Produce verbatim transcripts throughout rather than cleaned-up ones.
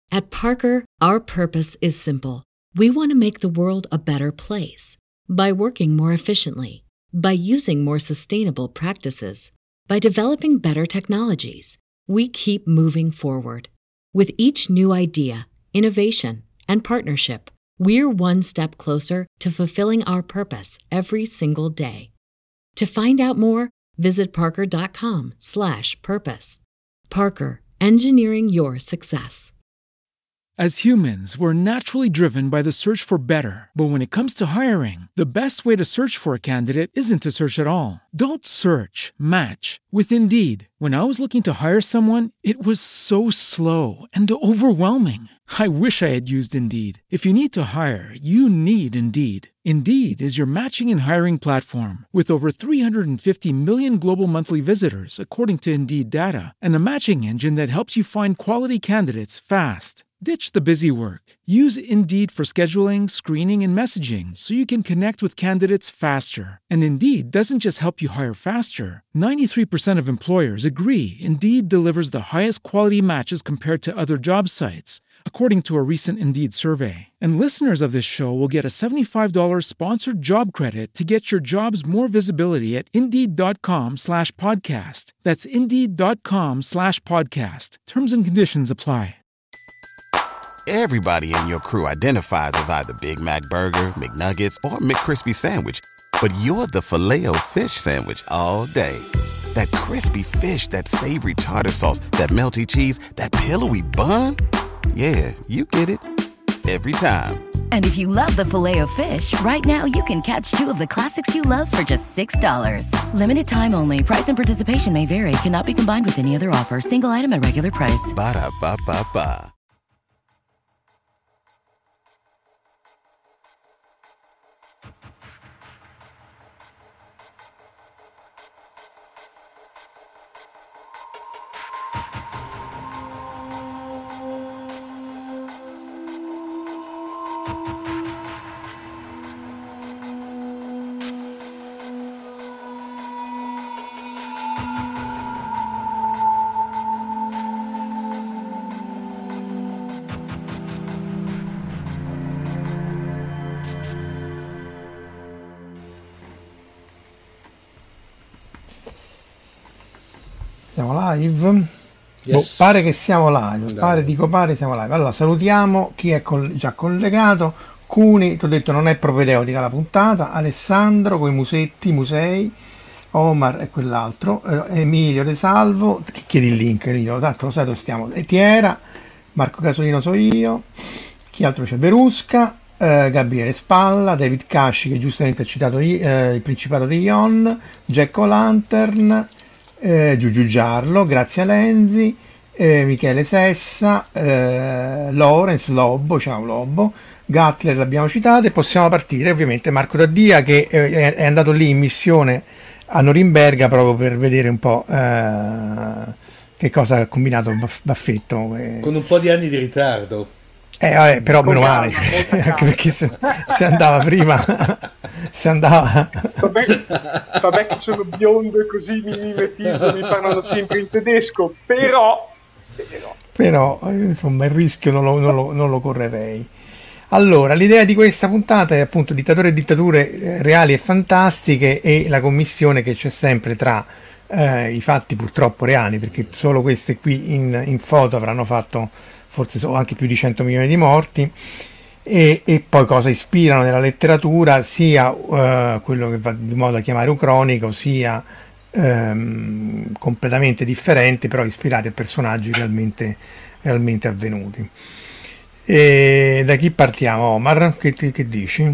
At Parker, our purpose is simple. We want to make the world a better place by working more efficiently, by using more sustainable practices, by developing better technologies. We keep moving forward. With each new idea, innovation, and partnership, we're one step closer to fulfilling our purpose every single day. To find out more, visit parker.com slash purpose. Parker, engineering your success. As humans, we're naturally driven by the search for better. But when it comes to hiring, the best way to search for a candidate isn't to search at all. Don't search, match with Indeed. When I was looking to hire someone, it was so slow and overwhelming. I wish I had used Indeed. If you need to hire, you need Indeed. Indeed is your matching and hiring platform with over three hundred fifty million global monthly visitors, according to Indeed data, and a matching engine that helps you find quality candidates fast. Ditch the busy work. Use Indeed for scheduling, screening, and messaging so you can connect with candidates faster. And Indeed doesn't just help you hire faster. ninety-three percent of employers agree Indeed delivers the highest quality matches compared to other job sites, according to a recent Indeed survey. And listeners of this show will get a seventy-five dollars sponsored job credit to get your jobs more visibility at Indeed.com slash podcast. That's Indeed.com slash podcast. Terms and conditions apply. Everybody in your crew identifies as either Big Mac Burger, McNuggets, or McCrispy Sandwich. But you're the Filet-O-Fish Sandwich all day. That crispy fish, that savory tartar sauce, that melty cheese, that pillowy bun. Yeah, you get it. Every time. And if you love the Filet-O-Fish, right now you can catch two of the classics you love for just six dollars. Limited time only. Price and participation may vary. Cannot be combined with any other offer. Single item at regular price. Ba-da-ba-ba-ba. Siamo live? Yes. Boh, pare che siamo live, pare, dico pare siamo live. Allora salutiamo chi è col- già collegato. Cuni, ti ho detto non è propedeutica la puntata. Alessandro con i musetti, musei, Omar e quell'altro, eh, Emilio De Salvo, che chiedi il link, Emilio, tanto lo sai dove stiamo. Etiera, Marco Casolino so io, chi altro c'è? Verusca, eh, Gabriele Spalla, David Casci che giustamente ha citato eh, il Principato di Ion, Jack O'Lantern, Eh, Giugiu Giarlo, Grazia Lenzi, eh, Michele Sessa, eh, Lorenz Lobbo, ciao Lobbo, Gatler l'abbiamo citato e possiamo partire ovviamente Marco Daddia che eh, è andato lì in missione a Norimberga proprio per vedere un po' eh, che cosa ha combinato Baffetto. Eh. Con un po' di anni di ritardo. Eh, vabbè, però meno male, anche perché se, se andava prima, se andava... Vabbè, vabbè che sono biondo e così mi mimetizzano, mi parlano sempre in tedesco, però... Però, però insomma, il rischio non lo, non, lo, non lo correrei. Allora, l'idea di questa puntata è appunto dittatori e dittature reali e fantastiche e la commissione che c'è sempre tra eh, i fatti purtroppo reali, perché solo queste qui in, in foto avranno fatto... forse sono anche più di cento milioni di morti, e, e poi cosa ispirano nella letteratura, sia uh, quello che va di moda a chiamare ucronico, sia um, completamente differenti, però ispirati a personaggi realmente, realmente avvenuti. E da chi partiamo, Omar? Che, che dici?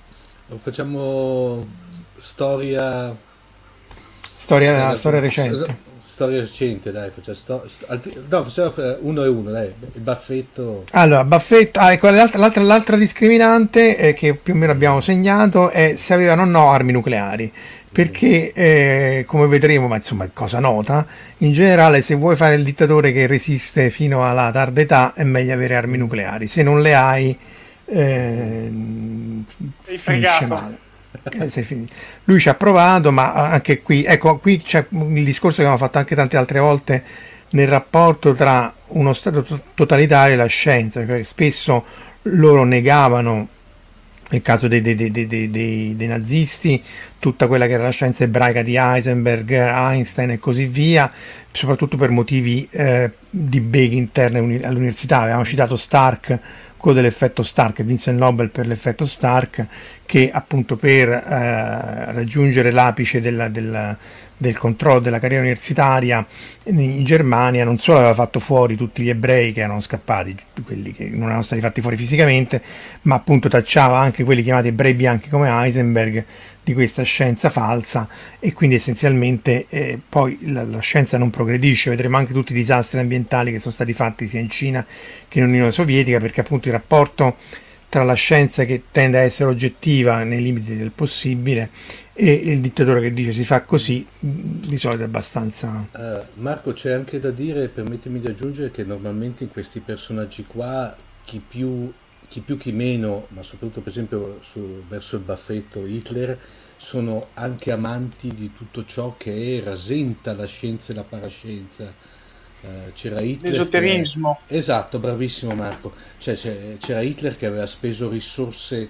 Facciamo storia... Storia, eh, storia recente. Storia recente, dai, facciamo sto, sto, no, facciamo uno e uno, dai, il Baffetto. Allora, Baffetto, ah, ecco, l'altra, l'altra, l'altra discriminante eh, che più o meno abbiamo segnato è se avevano o no armi nucleari, perché eh, come vedremo, ma insomma è cosa nota, in generale se vuoi fare il dittatore che resiste fino alla tarda età è meglio avere armi nucleari, se non le hai eh, finisce male. Eh, sei finito. Lui ci ha provato, ma anche qui, ecco, qui c'è il discorso che abbiamo fatto anche tante altre volte nel rapporto tra uno Stato to- totalitario e la scienza, cioè spesso loro negavano, nel caso dei, dei, dei, dei, dei, dei nazisti, tutta quella che era la scienza ebraica di Heisenberg, Einstein e così via, soprattutto per motivi eh, di beghe interne uni- all'università. Avevamo citato Stark, quello dell'effetto Stark, vinse il Nobel per l'effetto Stark, che appunto per eh, raggiungere l'apice della, della, del controllo della carriera universitaria in Germania non solo aveva fatto fuori tutti gli ebrei che erano scappati, quelli che non erano stati fatti fuori fisicamente, ma appunto tacciava anche quelli chiamati ebrei bianchi come Heisenberg di questa scienza falsa, e quindi essenzialmente eh, poi la, la scienza non progredisce. Vedremo anche tutti i disastri ambientali che sono stati fatti sia in Cina che in Unione Sovietica, perché appunto il rapporto tra la scienza, che tende a essere oggettiva nei limiti del possibile, e il dittatore che dice si fa così, di solito è abbastanza... Uh, Marco, c'è anche da dire, permettimi di aggiungere, che normalmente in questi personaggi qua chi più chi più chi meno, ma soprattutto per esempio su, verso il baffetto Hitler, sono anche amanti di tutto ciò che rasenta la scienza e la parascienza. Uh, c'era Hitler L'esoterismo. Che, esatto, bravissimo Marco. Cioè, c'era Hitler che aveva speso risorse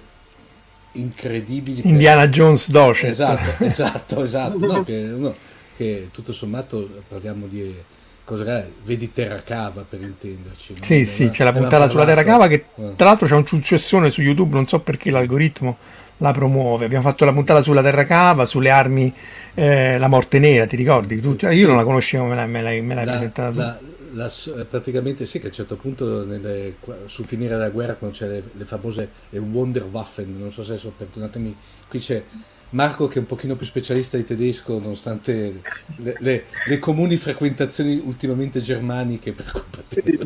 incredibili. Indiana per... Jones docet. Esatto, esatto, esatto. No, che, no, che tutto sommato parliamo di... Cosa, vedi Terracava per intenderci, no? Sì, sì, c'è la puntata sulla Terracava che tra l'altro c'è un successone su YouTube, non so perché l'algoritmo la promuove. Abbiamo fatto la puntata sulla Terracava, sulle armi, eh, la morte nera, ti ricordi? Tu, cioè, io sì. Non la conoscevo, me l'hai, me l'hai, me l'hai la, presentata. La, la, praticamente sì, che a un certo punto nelle, sul finire della guerra, quando c'è le, le famose le Wunderwaffen, non so se adesso, perdonatemi, qui c'è Marco che è un pochino più specialista di tedesco, nonostante le, le, le comuni frequentazioni ultimamente germaniche per colpa sì,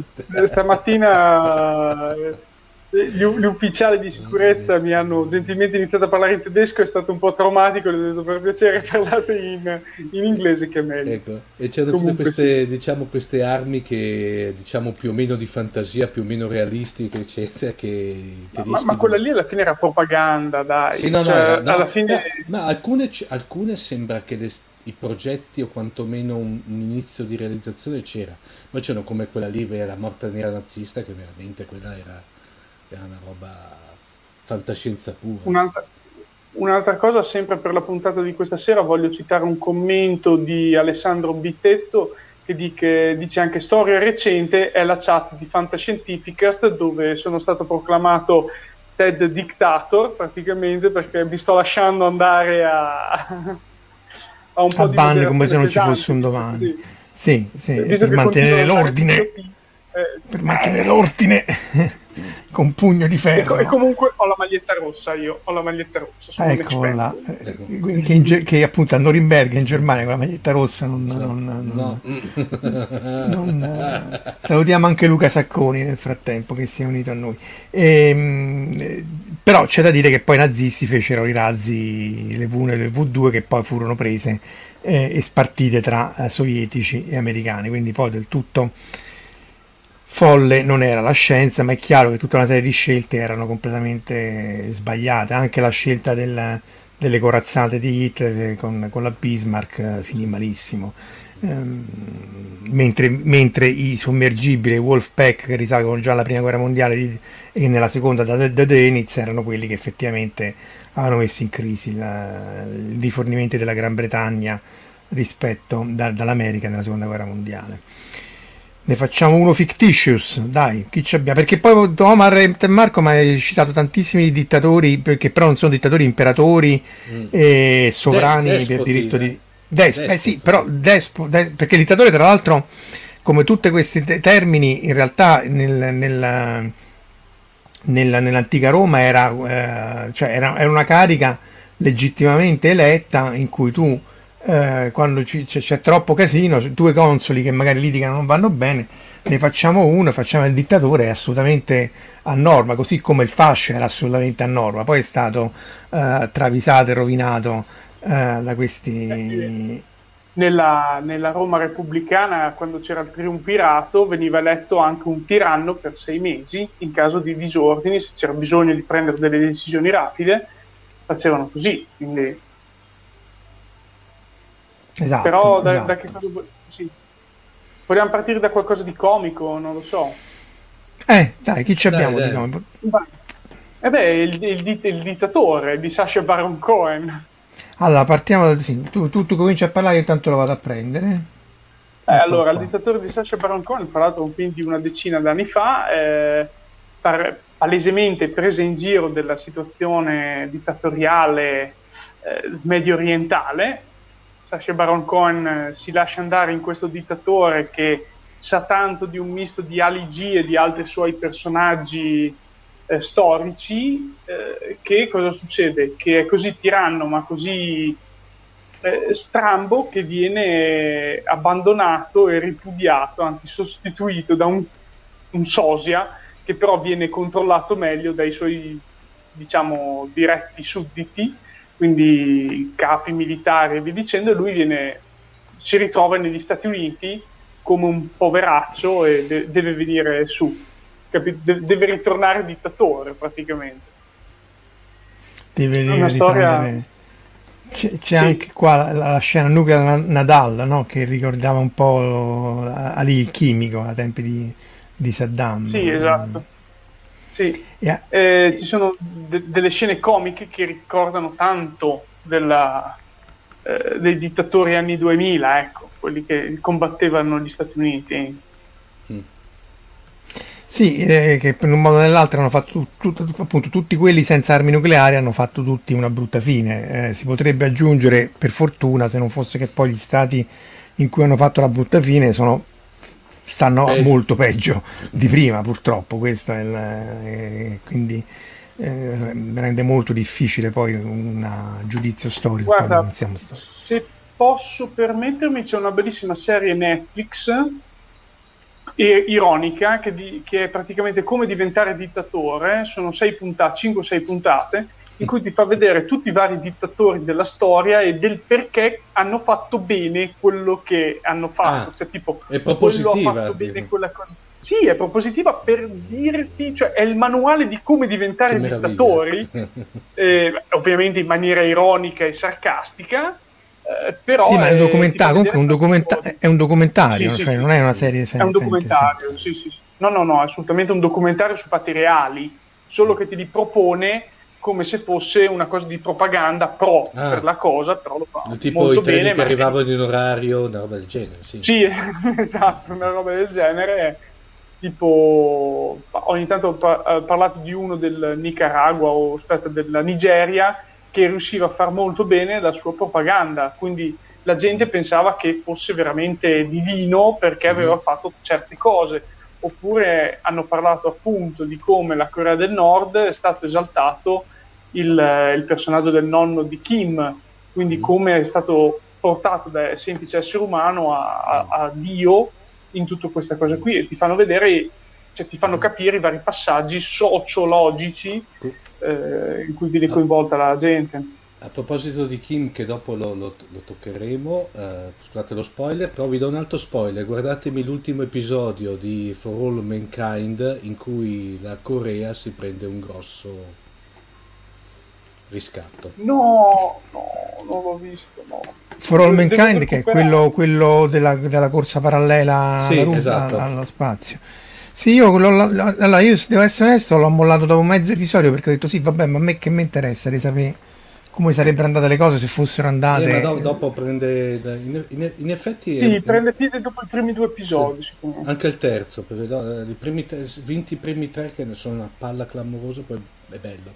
stamattina gli, gli ufficiali di sicurezza mi hanno gentilmente iniziato a parlare in tedesco, è stato un po' traumatico, gli ho detto per piacere parlate in, in inglese che è meglio. Ecco. E c'erano tutte queste, sì. diciamo, queste armi che diciamo più o meno di fantasia, più o meno realistiche, eccetera, che ma, ma quella lì alla fine era propaganda, dai. Sì, no, cioè, no, no, alla fine... ma, ma alcune, alcune sembra che le, i progetti o quantomeno un, un inizio di realizzazione c'era, poi c'erano come quella lì, la morte nera nazista, che veramente quella era era una roba fantascienza pura. Un'altra, un'altra cosa, sempre per la puntata di questa sera, voglio citare un commento di Alessandro Bittetto che, di, che dice anche storia recente, è la chat di Fantascientificast dove sono stato proclamato Ted Dictator praticamente perché vi sto lasciando andare a, a un po' a di ban come se non ci fosse un domani. Sì, sì, sì, per mantenere l'ordine, eh, per mantenere l'ordine. Con pugno di ferro. E, e comunque ho la maglietta rossa, io ho la maglietta rossa. Sono Eccola, eh, che, in, che appunto a Norimberga in Germania con la maglietta rossa non, no, non, no. non, non eh, salutiamo anche Luca Sacconi nel frattempo che si è unito a noi. E, però c'è da dire che poi i nazisti fecero i razzi, le V uno e le V due, che poi furono prese eh, e spartite tra eh, sovietici e americani, quindi poi del tutto folle non era la scienza, ma è chiaro che tutta una serie di scelte erano completamente sbagliate. Anche la scelta del, delle corazzate di Hitler con, con la Bismarck eh, finì malissimo, ehm, mentre, mentre i sommergibili Wolfpack, che risalgono già alla prima guerra mondiale di, e nella seconda da, da Dönitz, erano quelli che effettivamente avevano messo in crisi la, i rifornimenti della Gran Bretagna rispetto da, dall'America nella seconda guerra mondiale. Ne facciamo uno fictitious, dai, chi ci abbiamo? Perché poi Omar e Marco mi hai citato tantissimi dittatori, perché però non sono dittatori, imperatori mm. e sovrani De- per diritto di... Des- eh sì, però despo, des- perché il dittatore tra l'altro, come tutti questi te- termini, in realtà nel, nel, nel, nell'antica Roma era, eh, cioè era, era una carica legittimamente eletta in cui tu Eh, quando ci, c'è, c'è troppo casino, due consoli che magari litigano non vanno bene, ne facciamo uno, facciamo il dittatore, è assolutamente a norma, così come il fascio era assolutamente a norma, poi è stato eh, travisato e rovinato eh, da questi... Nella, nella Roma repubblicana, quando c'era il triumvirato, veniva eletto anche un tiranno per sei mesi in caso di disordini, se c'era bisogno di prendere delle decisioni rapide facevano così, quindi Esatto, però da, esatto. da che cosa sì. vogliamo partire da qualcosa di comico, non lo so. Eh, dai, chi ci abbiamo dai, di dai. comico? Eh beh, il, il, il, il dittatore di Sacha Baron Cohen. Allora, partiamo da... Sì, tu, tu, tu cominci a parlare, io intanto lo vado a prendere. Eh, Ecco allora, qua. il dittatore di Sacha Baron Cohen, fra l'altro un film di una decina d'anni fa, eh, par- palesemente presa in giro della situazione dittatoriale eh, medio orientale. Sacha Baron Cohen eh, si lascia andare in questo dittatore che sa tanto di un misto di Ali G e di altri suoi personaggi eh, storici, eh, che cosa succede? Che è così tiranno ma così eh, strambo che viene abbandonato e ripudiato, anzi sostituito da un, un sosia che però viene controllato meglio dai suoi, diciamo, diretti sudditi, quindi capi militari e via dicendo, e lui viene, si ritrova negli Stati Uniti come un poveraccio e de- deve venire su, capi- de- deve ritornare dittatore praticamente. Deve Una storia... riprendere... C'è, c'è Sì. anche qua la, la scena nuclea Nadal, no? Che ricordava un po' Ali il chimico a tempi di, di Saddam. Sì, esatto. Sì. Yeah. Eh, ci sono de- delle scene comiche che ricordano tanto della, eh, dei dittatori anni duemila, ecco, quelli che combattevano gli Stati Uniti. Sì, eh, che per un modo o nell'altro hanno fatto tu- tu- appunto tutti quelli senza armi nucleari hanno fatto tutti una brutta fine. Eh, si potrebbe aggiungere, per fortuna, se non fosse che poi gli stati in cui hanno fatto la brutta fine sono stanno Eh. molto peggio di prima, purtroppo. Questo è il, eh, quindi eh, rende molto difficile poi un giudizio storico. Guarda, poi non siamo storici. se posso permettermi, c'è una bellissima serie Netflix e ironica che, di, che è praticamente come diventare dittatore. Sono sei puntate, cinque o sei puntate, in cui ti fa vedere tutti i vari dittatori della storia e del perché hanno fatto bene quello che hanno fatto. Ah, cioè, tipo, è quello propositiva, ha fatto bene direi. quella cosa. Sì, è propositiva per dirti, cioè è il manuale di come diventare Che meraviglia. dittatori, eh, ovviamente in maniera ironica e sarcastica. Eh, però Sì, ma è un eh, documentario, ti fa comunque è un, vedere documenta- tante cose. è un documentario, Sì, sì, cioè sì, non è una sì. serie È un fantasy. documentario, sì, sì, sì. No, no, no, è assolutamente un documentario su fatti reali, solo che ti li propone come se fosse una cosa di propaganda pro Ah. per la cosa, però lo fa Il tipo molto i treni bene. che ma- arrivavano in orario, una roba del genere, sì. Sì, esatto, una roba del genere. Tipo, ogni tanto ho pa- eh, parlato di uno del Nicaragua o aspetta, della Nigeria che riusciva a far molto bene la sua propaganda, quindi la gente pensava che fosse veramente divino perché aveva fatto certe cose. Oppure hanno parlato appunto di come la Corea del Nord è stato esaltato il, il personaggio del nonno di Kim, quindi come è stato portato da semplice essere umano a, a, a Dio in tutta questa cosa qui, e ti fanno vedere, cioè ti fanno capire i vari passaggi sociologici eh, in cui viene coinvolta la gente. A proposito di Kim, che dopo lo, lo- lo toccheremo, eh, scusate lo spoiler, però vi do un altro spoiler. Guardatemi l'ultimo episodio di For All Mankind in cui la Corea si prende un grosso riscatto. No, no, non l'ho visto, no. For All Devo Mankind, che è recuperare. quello, quello della, della corsa parallela Sì, alla Ru- esatto. allo spazio. Sì, io, l'ho- l'ho- allora, io se devo essere onesto, l'ho mollato dopo mezzo episodio perché ho detto sì, vabbè, ma a me che mi interessa di sapere come sarebbero andate le cose se fossero andate. Eh, ma do- dopo prende... In, in- in effetti Sì, è- prende piede dopo i primi due episodi, secondo me. anche il terzo, perché no, i primi tre, vinti i primi tre che ne sono una palla clamorosa, poi è bello.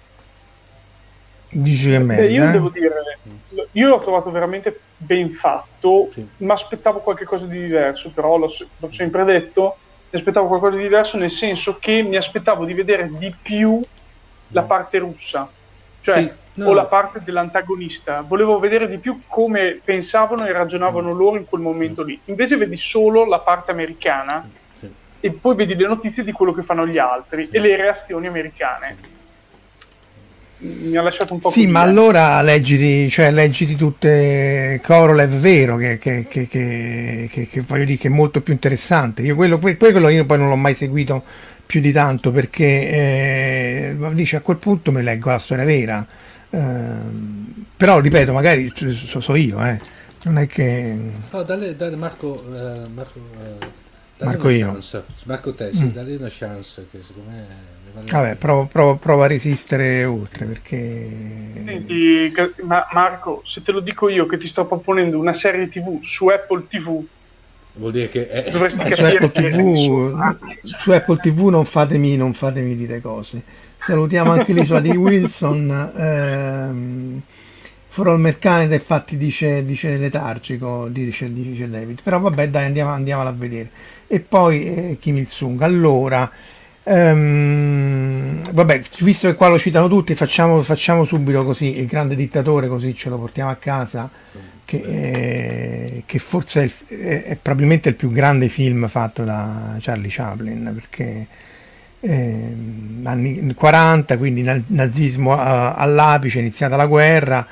Dici che Beh, merita, io eh? devo dire, io l'ho trovato veramente ben fatto, Sì. mi aspettavo qualcosa di diverso, però l'ho, se- l'ho sempre detto, mi aspettavo qualcosa di diverso nel senso che mi aspettavo di vedere di più la parte russa, cioè Sì, no. o la parte dell'antagonista. Volevo vedere di più come pensavano e ragionavano loro in quel momento lì. Invece vedi solo la parte americana Sì. e poi vedi le notizie di quello che fanno gli altri e le reazioni americane. Mi ha lasciato un po' Sì, così, ma eh. allora leggiti, cioè, leggiti tutte Korolev vero, che, che, che, che, che, che voglio dire che è molto più interessante. Io quello, que- quello io poi non l'ho mai seguito più di tanto perché eh, dice a quel punto mi leggo la storia vera. Ehm, però ripeto, magari so, so io, eh. Non è che No, dalle, dalle Marco, eh, Marco, eh, Marco io. Chance. Marco te, sì, mm. dagli una chance che secondo me vale. Vabbè, provo, provo, provo a resistere oltre perché... Senti, ma Marco, se te lo dico io che ti sto proponendo una serie tivù su Apple tivù, vuol dire che è... dovresti eh, su, Apple tivù, su Apple tivù non fatemi, non fatemi dire cose. Salutiamo anche l'isola di Wilson. ehm, For All Mankind infatti dice, dice letargico, dice, dice David, però vabbè dai, andiamo, andiamolo a vedere. E poi eh, Kim Il-sung. Allora um, vabbè, visto che qua lo citano tutti, facciamo, facciamo subito così Il grande dittatore, così ce lo portiamo a casa, che, eh, che forse è, il, è, è probabilmente il più grande film fatto da Charlie Chaplin, perché eh, anni quaranta, quindi nazismo uh, all'apice, iniziata la guerra.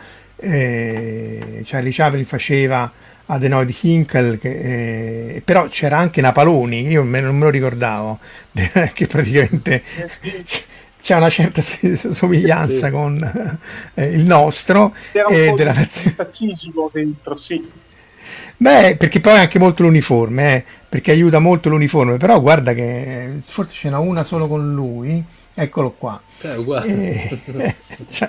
Eh, Charlie Chaplin faceva Adenoid Hinkle, che, eh, però c'era anche Napaloni, io me, non me lo ricordavo, che praticamente c'è una certa somiglianza sì. con eh, il nostro. C'era un eh, po' della... di fascismo dentro, sì. Beh, perché poi anche molto l'uniforme, eh, perché aiuta molto l'uniforme, però guarda che forse ce n'è una solo con lui, eccolo qua. È uguale. Eh, cioè,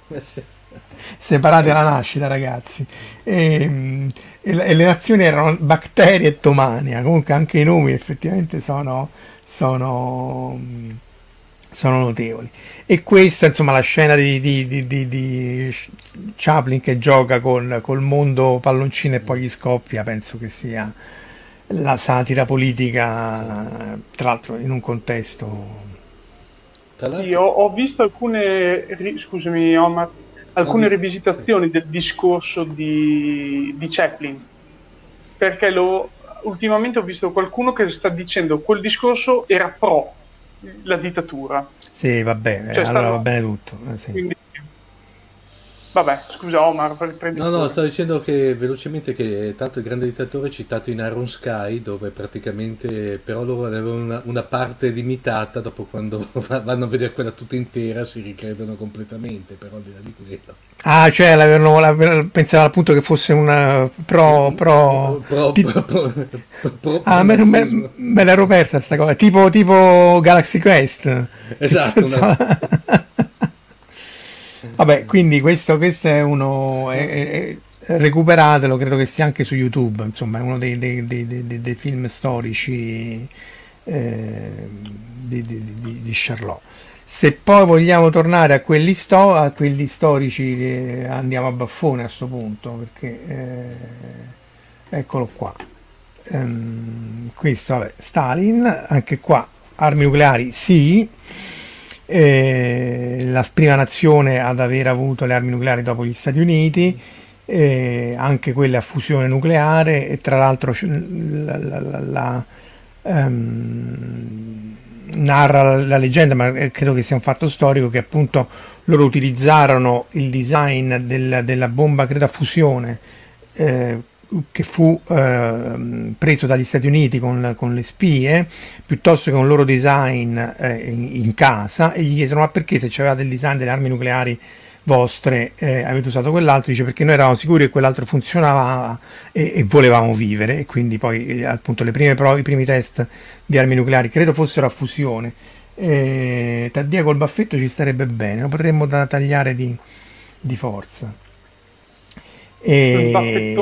separati alla nascita, ragazzi, e, e, e le nazioni erano Bacteria e Tomania. Comunque anche i nomi effettivamente sono sono, sono notevoli. E questa, insomma, la scena di, di, di, di, di Chaplin che gioca con col mondo palloncino e poi gli scoppia, penso che sia la satira politica, tra l'altro in un contesto. Io ho visto alcune, scusami Omar, alcune rivisitazioni del discorso di, di Chaplin, perché lo, ultimamente ho visto qualcuno che sta dicendo quel discorso era pro la dittatura. Sì, vabbè, cioè, allora va bene tutto. Eh, sì. Quindi, vabbè, scusa Omar, per no, no, stavo dicendo che velocemente che tanto il grande dittatore è citato in Iron Sky, dove praticamente però loro avevano una, una parte limitata, dopo quando vanno a vedere quella tutta intera si ricredono completamente, però al di là di quello. Ah, cioè l'avevano, l'avevano, pensavo appunto che fosse una pro... pro, pro, pro, pro, pro, pro ah, me, me, me l'ero persa sta cosa, tipo, tipo Galaxy Quest. Esatto. Una... Vabbè, quindi questo, questo è uno, è, è, è, recuperatelo, credo che sia anche su YouTube, insomma è uno dei, dei, dei, dei, dei film storici eh, di, di, di, di Charlot. Se poi vogliamo tornare a quelli, sto, a quelli storici, eh, andiamo a baffone a sto punto, perché eh, eccolo qua. Ehm, questo, vabbè, Stalin, anche qua armi nucleari sì. Eh, la prima nazione ad aver avuto le armi nucleari dopo gli Stati Uniti, eh, anche quelle a fusione nucleare, e tra l'altro la, la, la, la, um, narra la, la leggenda, ma credo che sia un fatto storico, che appunto loro utilizzarono il design del, della bomba, credo a fusione, eh, che fu eh, preso dagli Stati Uniti con, con le spie, piuttosto che un loro design eh, in, in casa, e gli chiesero: ma perché, se c'avevate il design delle armi nucleari vostre, eh, avete usato quell'altro? Dice: perché noi eravamo sicuri che quell'altro funzionava e, e volevamo vivere. E quindi poi eh, appunto le prime prove, i primi test di armi nucleari credo fossero a fusione. eh, Taddia col baffetto ci starebbe bene, lo potremmo da tagliare di, di forza. E,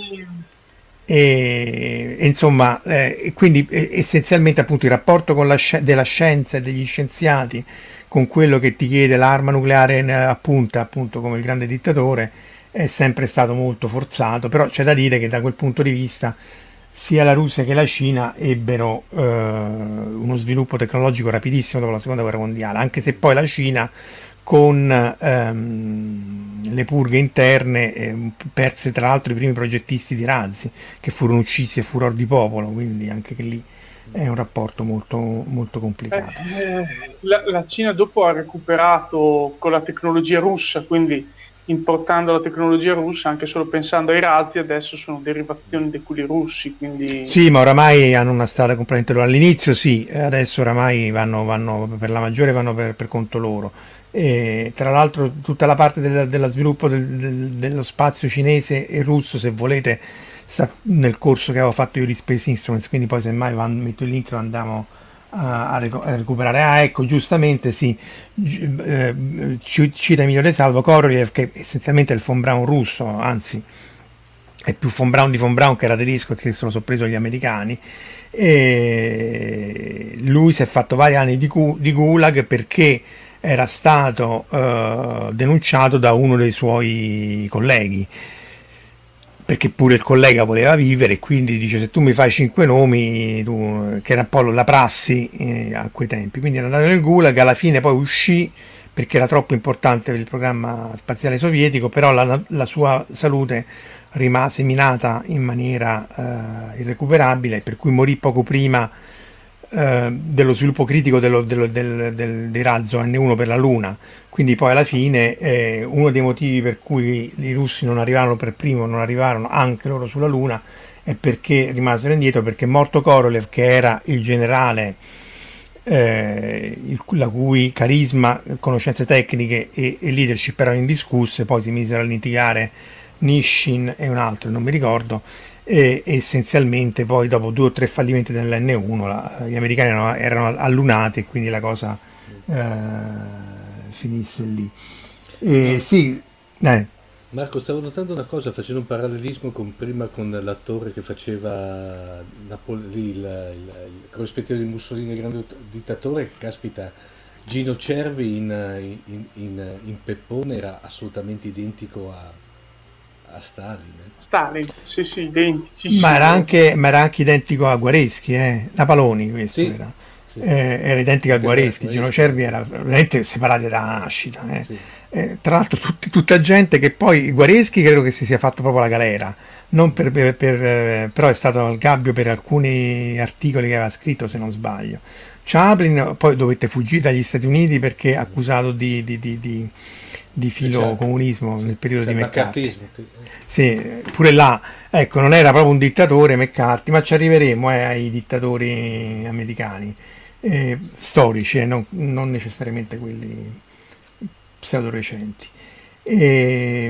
e, e insomma eh, quindi eh, essenzialmente appunto il rapporto con la sci- della scienza e degli scienziati con quello che ti chiede l'arma nucleare in, a punta, appunto come il grande dittatore, è sempre stato molto forzato. Però c'è da dire che da quel punto di vista sia la Russia che la Cina ebbero eh, uno sviluppo tecnologico rapidissimo dopo la seconda guerra mondiale, anche se poi la Cina con ehm, le purghe interne eh, perse tra l'altro i primi progettisti di razzi, che furono uccisi a furor di popolo, quindi anche che lì è un rapporto molto, molto complicato. Eh, la, la Cina dopo ha recuperato con la tecnologia russa, quindi importando la tecnologia russa, anche solo pensando ai razzi, adesso sono derivazioni di quelli russi, quindi... Sì, ma oramai hanno una strada completamente loro. All'inizio sì, adesso oramai vanno, vanno per la maggiore vanno per, per conto loro. E tra l'altro tutta la parte del, dello sviluppo del, del, dello spazio cinese e russo, se volete, sta nel corso che avevo fatto io di Space Instruments, quindi poi semmai van, metto il link e lo andiamo a, a, recu- a recuperare. Ah, ecco, giustamente sì, G- eh, cita Emilio De Salvo Korolev, che essenzialmente è il von Braun russo, anzi è più von Braun di von Braun, che era tedesco e che se lo sono preso gli americani. E lui si è fatto vari anni di, gu- di gulag perché era stato uh, denunciato da uno dei suoi colleghi, perché pure il collega voleva vivere, e quindi dice: se tu mi fai cinque nomi, tu, che era un po' la prassi eh, a quei tempi. Quindi era andato nel gulag, alla fine poi uscì perché era troppo importante per il programma spaziale sovietico, però la, la sua salute rimase minata in maniera uh, irrecuperabile, per cui morì poco prima uh, dello sviluppo critico dello, dello, del, del, del razzo N uno per la Luna. Quindi poi alla fine eh, uno dei motivi per cui i russi non arrivarono per primo, non arrivarono anche loro sulla Luna, è perché rimasero indietro, perché morto Korolev, che era il generale eh, il, la cui carisma, conoscenze tecniche e, e leadership erano indiscusse, poi si misero a litigare Nishin e un altro, non mi ricordo, e, e essenzialmente poi dopo due o tre fallimenti dell'N uno la, gli americani erano, erano allunati, e quindi la cosa eh, finisse lì. E, sì, eh. Marco, stavo notando una cosa, facendo un parallelismo con prima con l'attore che faceva Napoli, il, il, il corrispettivo di Mussolini, il grande dittatore. Caspita, Gino Cervi in, in, in, in Peppone era assolutamente identico a a Stalin. Stalin, sì, sì, identici. Ma era anche, ma era anche identico a Guareschi, eh? Napaloni questo sì, era. Sì. Eh, era identico a Guareschi. Gino Cervi era veramente separati da nascita. Eh? Sì. Eh, tra l'altro tutti, tutta gente che poi Guareschi credo che si sia fatto proprio la galera, non per, per, per, eh, però è stato al gabbio per alcuni articoli che aveva scritto, se non sbaglio. Chaplin poi dovette fuggire dagli Stati Uniti perché accusato di, di, di, di di filo comunismo, sì, nel periodo cioè di McCarthy. Sì, pure là, ecco, non era proprio un dittatore McCarthy, ma ci arriveremo eh, ai dittatori americani eh, storici, eh, non, non necessariamente quelli pseudo recenti. E,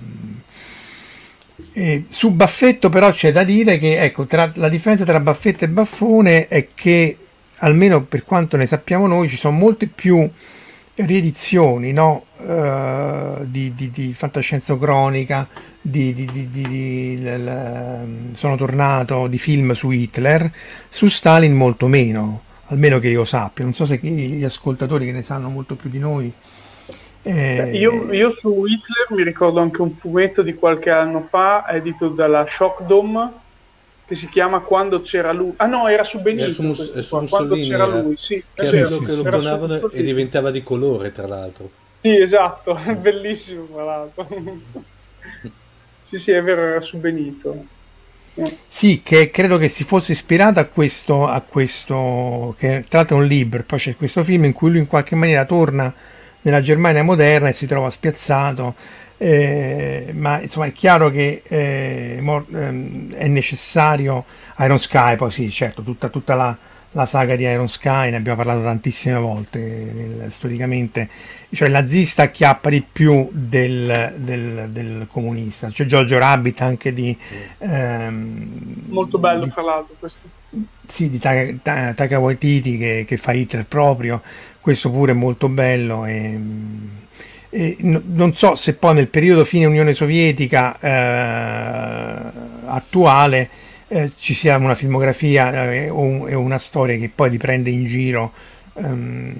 e su Baffetto però c'è da dire che, ecco, tra, la differenza tra Baffetto e Baffone è che, almeno per quanto ne sappiamo noi, ci sono molte più riedizioni, no? uh, di, di, di fantascienza cronica, di, di, di, di, di l, l, sono tornato di film su Hitler, su Stalin molto meno, almeno che io sappia. Non so se gli ascoltatori che ne sanno molto più di noi. Eh... Io, io su Hitler mi ricordo anche un fumetto di qualche anno fa edito dalla Shock Dome, che si chiama Quando c'era lui. Ah no, era su Benito. Era su, su Quando c'era era, lui, sì. Che era quello che lo clonavano e diventava di colore, tra l'altro. Sì, esatto, è bellissimo, tra l'altro. Sì, sì, è vero, era su Benito. Sì, che credo che si fosse ispirato a questo, a questo, che tra l'altro è un libro, poi c'è questo film in cui lui in qualche maniera torna nella Germania moderna e si trova spiazzato. Eh, ma insomma è chiaro che eh, mor- ehm, è necessario Iron Sky, poi sì, certo, tutta, tutta la, la saga di Iron Sky, ne abbiamo parlato tantissime volte nel, storicamente, cioè il nazista acchiappa di più del, del, del comunista. C'è Jojo Rabbit anche di ehm, molto bello di, tra l'altro questo. Sì, di Taika, Taika Waititi che, che fa Hitler proprio, questo pure è molto bello. E, E non so se poi nel periodo fine Unione Sovietica eh, attuale eh, ci sia una filmografia eh, o, un, e una storia che poi riprende in giro ehm,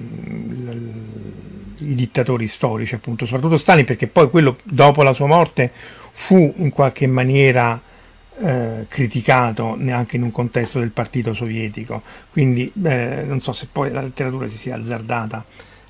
l, i dittatori storici, appunto, soprattutto Stalin, perché poi quello dopo la sua morte fu in qualche maniera eh, criticato neanche in un contesto del partito sovietico, quindi eh, non so se poi la letteratura si sia azzardata.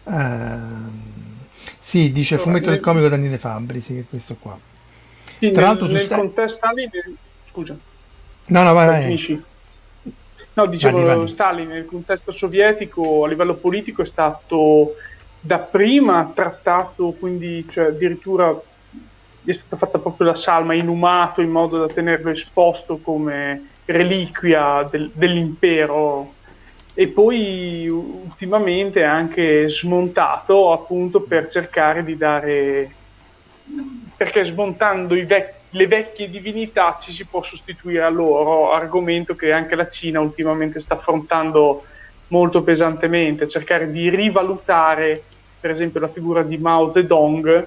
Eh, Sì, dice allora, fumetto nel... del comico Daniele Fabbri, sì, che questo qua. Sì, Tra nel, l'altro nel sta... contesto Stalin, scusa. No, no, vai, vai. Finisci. No, dicevo, vadi, vadi. Stalin nel contesto sovietico a livello politico è stato dapprima trattato, quindi cioè, addirittura gli è stata fatta proprio la salma, inumato in modo da tenerlo esposto come reliquia del, dell'impero. E poi ultimamente anche smontato appunto per cercare di dare, perché smontando i vecchi, le vecchie divinità ci si può sostituire a loro, argomento che anche la Cina ultimamente sta affrontando molto pesantemente, cercare di rivalutare per esempio la figura di Mao Zedong,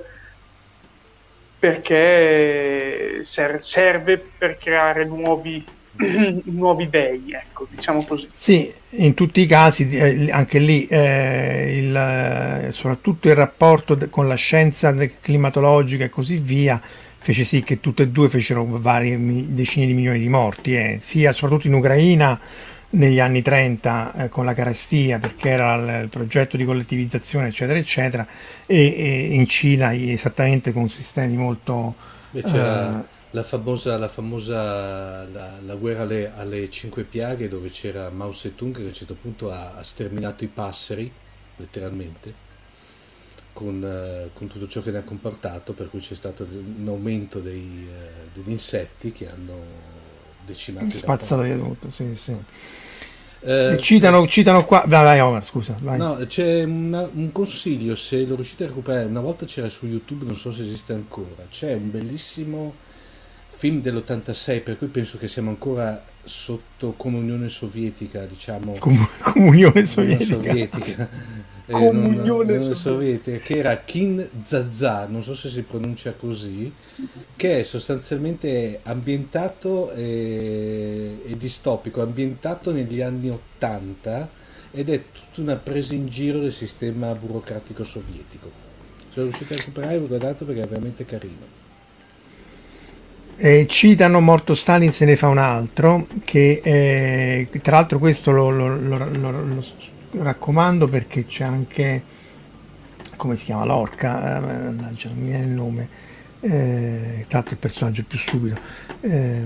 perché serve per creare nuovi nuovi dei, ecco, diciamo così. Sì, in tutti i casi eh, anche lì eh, il, soprattutto il rapporto de- con la scienza climatologica e così via fece sì che tutte e due fecero varie mi- decine di milioni di morti, eh, sia soprattutto in Ucraina negli anni trenta eh, con la carestia, perché era il, il progetto di collettivizzazione eccetera eccetera, e, e in Cina esattamente con sistemi molto Beh, c'era eh, la famosa, la, famosa la, la guerra alle, alle cinque piaghe, dove c'era Mao Zedong che a un certo punto ha, ha sterminato i passeri letteralmente con, uh, con tutto ciò che ne ha comportato, per cui c'è stato un aumento dei, uh, degli insetti che hanno decimato, spazzato via tutto, sì, sì. Eh, citano, citano qua, vai, vai Omar, scusa, vai. No, c'è una, un consiglio, se lo riuscite a recuperare, una volta c'era su YouTube, non so se esiste ancora, c'è un bellissimo film dell'ottantasei, per cui penso che siamo ancora sotto comunione sovietica, diciamo. Com- comunione sovietica. sovietica. Eh, comunione non, non sovietica, che era Kin Zaza, non so se si pronuncia così, che è sostanzialmente ambientato e, e distopico, ambientato negli anni ottanta, ed è tutta una presa in giro del sistema burocratico sovietico. Se lo riuscite a recuperare, guardate, perché è veramente carino. Eh, citano Morto Stalin se ne fa un altro, che eh, tra l'altro questo lo, lo, lo, lo, lo raccomando, perché c'è anche, come si chiama, Lorca, eh, non mi viene il nome, eh, tra l'altro il personaggio più stupido, eh,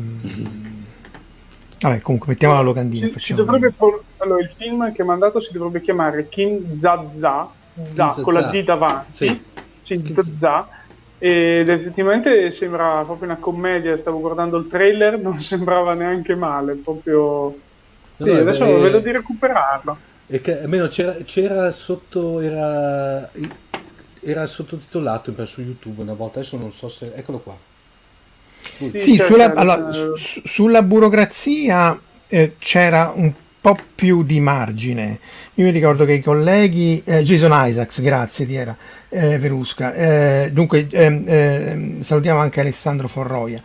vabbè, comunque mettiamo la locandina. Si, si dovrebbe, allora, il film che mi ha mandato si dovrebbe chiamare Kin Zaza, za, con la Z davanti, sì. Zaza, ed effettivamente sembra proprio una commedia. Stavo guardando il trailer, non sembrava neanche male, proprio sì, no, adesso beh, vedo di recuperarlo. E che almeno c'era, c'era sotto, era era sottotitolato su YouTube una volta, adesso non so se, eccolo qua. Sì, sì, sulla, allora, su, sulla burocrazia eh, c'era un po' più di margine. Io mi ricordo che i colleghi, eh, Jason Isaacs, grazie ti era, eh, Verusca, eh, dunque eh, eh, salutiamo anche Alessandro Forroia.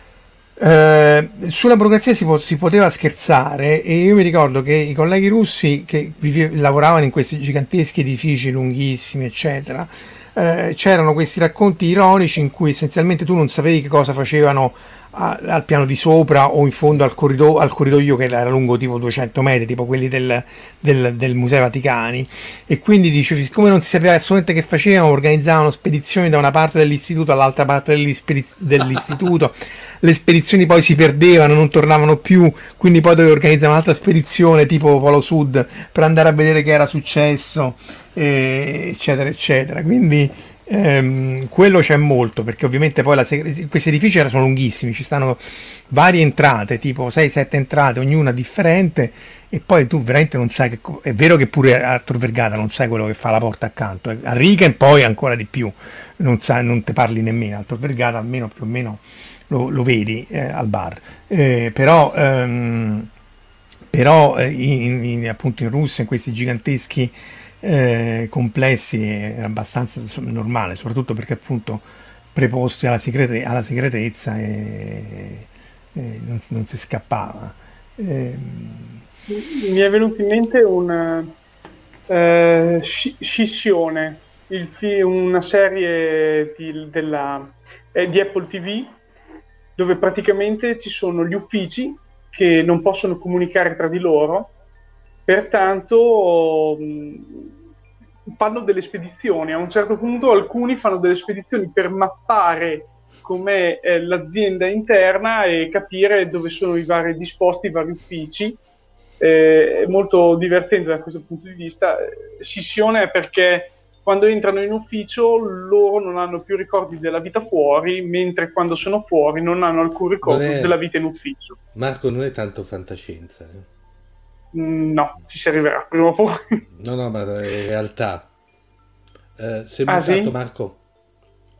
Eh, sulla burocrazia si, po- si poteva scherzare, e io mi ricordo che i colleghi russi che vive- lavoravano in questi giganteschi edifici lunghissimi eccetera, eh, c'erano questi racconti ironici in cui essenzialmente tu non sapevi che cosa facevano a- al piano di sopra o in fondo al, corrido- al corridoio, che era lungo tipo duecento metri, tipo quelli del, del, del Museo Vaticani, e quindi dicevi, siccome non si sapeva assolutamente che facevano, organizzavano spedizioni da una parte dell'istituto all'altra parte dell'istituto. Le spedizioni poi si perdevano, non tornavano più, quindi poi dovevo organizzare un'altra spedizione tipo Polo Sud per andare a vedere che era successo, eh, eccetera eccetera. Quindi ehm, quello c'è molto, perché ovviamente poi la seg- questi edifici sono lunghissimi, ci stanno varie entrate, tipo sei sette entrate, ognuna differente, e poi tu veramente non sai che, è vero che pure a Tor Vergata non sai quello che fa la porta accanto, a Riga poi ancora di più, non sai, non te parli nemmeno, a Tor Vergata almeno più o meno Lo, lo vedi eh, al bar, eh, però, ehm, però eh, in, in, appunto in Russia, in questi giganteschi eh, complessi, è abbastanza normale, soprattutto perché appunto preposti alla, segrete, alla segretezza e, e non, non si scappava. Eh, Mi è venuto in mente una eh, Scissione, il, una serie di, della, eh, di Apple ti vu, dove praticamente ci sono gli uffici che non possono comunicare tra di loro, pertanto mh, fanno delle spedizioni. A un certo punto alcuni fanno delle spedizioni per mappare com'è eh, l'azienda interna e capire dove sono i vari disposti, i vari uffici. Eh, è molto divertente da questo punto di vista. Scissione è perché quando entrano in ufficio loro non hanno più ricordi della vita fuori, mentre quando sono fuori non hanno alcun ricordo è... della vita in ufficio. Marco, non è tanto fantascienza. Eh? Mm, no, ci si arriverà prima o poi. No, no, ma è realtà. Eh, sei ah, mutato, sì? Marco?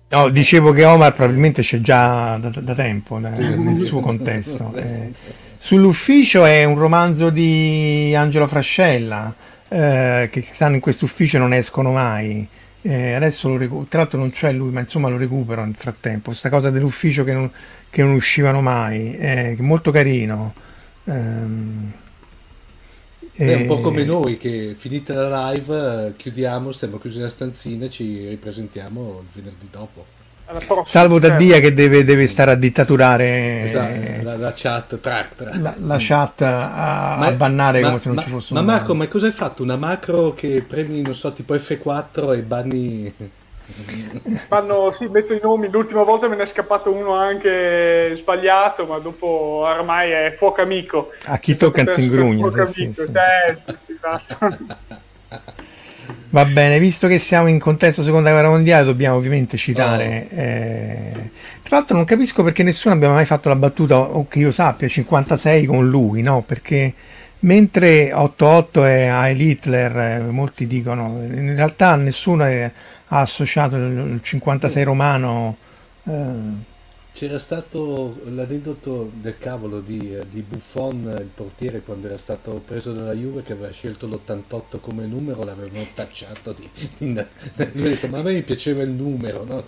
No, dicevo che Omar probabilmente c'è già da, da tempo da, nel suo contesto. Eh, sull'ufficio è un romanzo di Angelo Frascella, eh, che stanno in questo ufficio e non escono mai. Eh, adesso lo recupero, tra l'altro non c'è lui, ma insomma lo recupero nel frattempo. Questa cosa dell'ufficio che non, che non uscivano mai, eh, che è molto carino. Ehm, È un po' come noi che finita la live chiudiamo, stiamo chiusi nella stanzina e ci ripresentiamo il venerdì dopo. Salvo Taddia che deve, deve stare a dittaturare, esatto, la, la chat track, track. La, la chat a, ma, a bannare ma, come se non ma, ci fosse ma un Ma Marco, ma cosa hai fatto? Una macro che premi, non so, tipo F quattro e banni... Fanno, sì, metto i nomi. L'ultima volta me ne è scappato uno anche sbagliato, ma dopo ormai è fuoco amico. A chi tocca in Zingrugna. Sì, sì, sì. Eh, sì, sì, va bene, visto che siamo in contesto seconda guerra mondiale dobbiamo ovviamente citare oh. eh, tra l'altro non capisco perché nessuno abbia mai fatto la battuta, o che io sappia, cinquantasei con lui, no? Perché mentre ottantotto è Heil Hitler, eh, molti dicono, in realtà nessuno è, ha associato il cinquantasei romano. eh, C'era stato l'aneddoto del cavolo di, di Buffon, il portiere, quando era stato preso dalla Juve, che aveva scelto l'ottantotto come numero, l'avevano tacciato di, di, di, lui ha detto, ma a me mi piaceva il numero, no?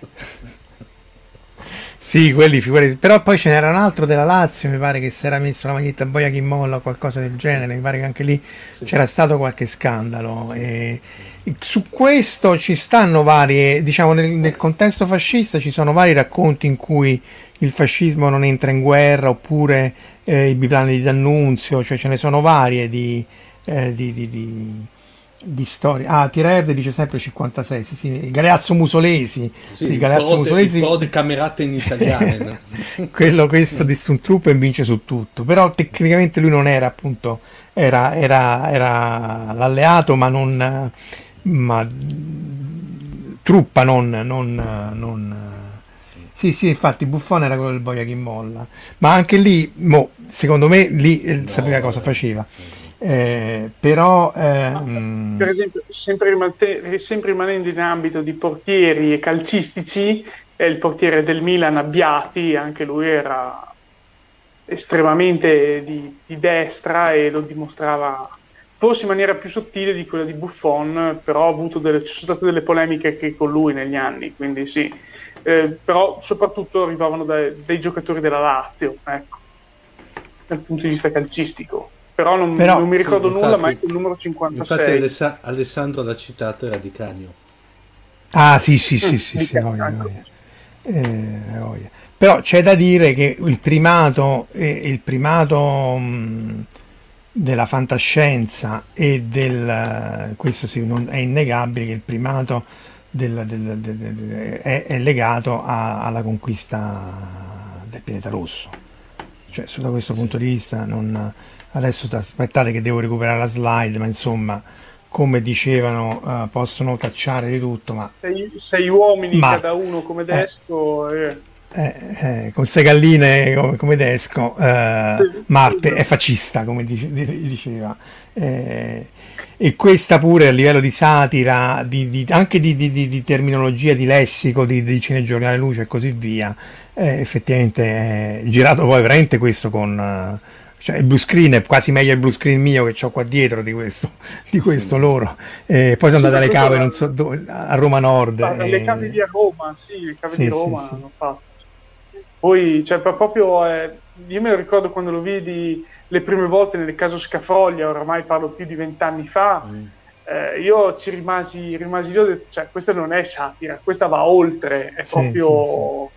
Sì, quelli figurati. Però poi ce n'era un altro della Lazio, mi pare, che si era messo la maglietta boia chi molla o qualcosa del genere, mi pare che anche lì sì. c'era stato qualche scandalo. E su questo ci stanno varie, diciamo nel, nel contesto fascista ci sono vari racconti in cui il fascismo non entra in guerra, oppure eh, i biplani di D'Annunzio, cioè ce ne sono varie di, eh, di, di, di, di storie. Ah, Tirerde dice sempre cinquantasei, sì, sì, Galeazzo Musolesi, sì, sì, Galeazzo Musolesi, un po' di camerate in italiano. Quello, questo di Stuntruppen vince su tutto, però tecnicamente lui non era appunto, era, era, era l'alleato, ma non... ma truppa, non, non, non sì sì, infatti Buffon era quello del boia chi molla, ma anche lì mo, secondo me lì eh, no, sapeva cosa faceva, eh, però ehm... per esempio sempre, rimante, sempre rimanendo in ambito di portieri e calcistici, eh, il portiere del Milan Abbiati, anche lui era estremamente di, di destra e lo dimostrava forse in maniera più sottile di quella di Buffon, però ha avuto delle, ci sono state delle polemiche anche con lui negli anni, quindi sì, eh, però soprattutto arrivavano dai, dai giocatori della Lazio, ecco, dal punto di vista calcistico, però non, però, non mi ricordo sì, nulla, infatti, ma anche il numero cinquantasei. Infatti Aless- Alessandro l'ha citato, era di Canio. Ah sì sì sì, mm, sì, sì voglia, voglia. Eh, voglia. Però c'è da dire che il primato, eh, il primato mh, della fantascienza e del, questo sì, non, è innegabile che il primato del, del, del, del, è, è legato a, alla conquista del pianeta rosso, cioè da questo punto di vista non, adesso aspettate che devo recuperare la slide, ma insomma come dicevano uh, possono cacciare di tutto, ma sei, sei uomini ma, cada uno come Desco eh. Eh. Eh, eh, con sei galline come, come Desco, eh, Marte è fascista, come dice, diceva, eh, e questa pure a livello di satira, di, di, anche di, di, di terminologia, di lessico, di, di cinegiornale luce e così via, eh, effettivamente è girato poi veramente questo con... Cioè, il blue screen è quasi meglio il blue screen mio che ho qua dietro di questo, di questo loro. Eh, poi sono andate alle cave, non so dove, a Roma Nord. Ah, eh, le cave di Roma, sì, le cave sì, di Roma sì, hanno sì. fatto. Poi, cioè, proprio, eh, io me lo ricordo quando lo vidi le prime volte nel caso Scafoglia, oramai parlo più di vent'anni fa, mm. eh, io ci rimasi, rimasi io, ho detto, cioè, questa non è satira, questa va oltre, è proprio... Sì, sì, sì.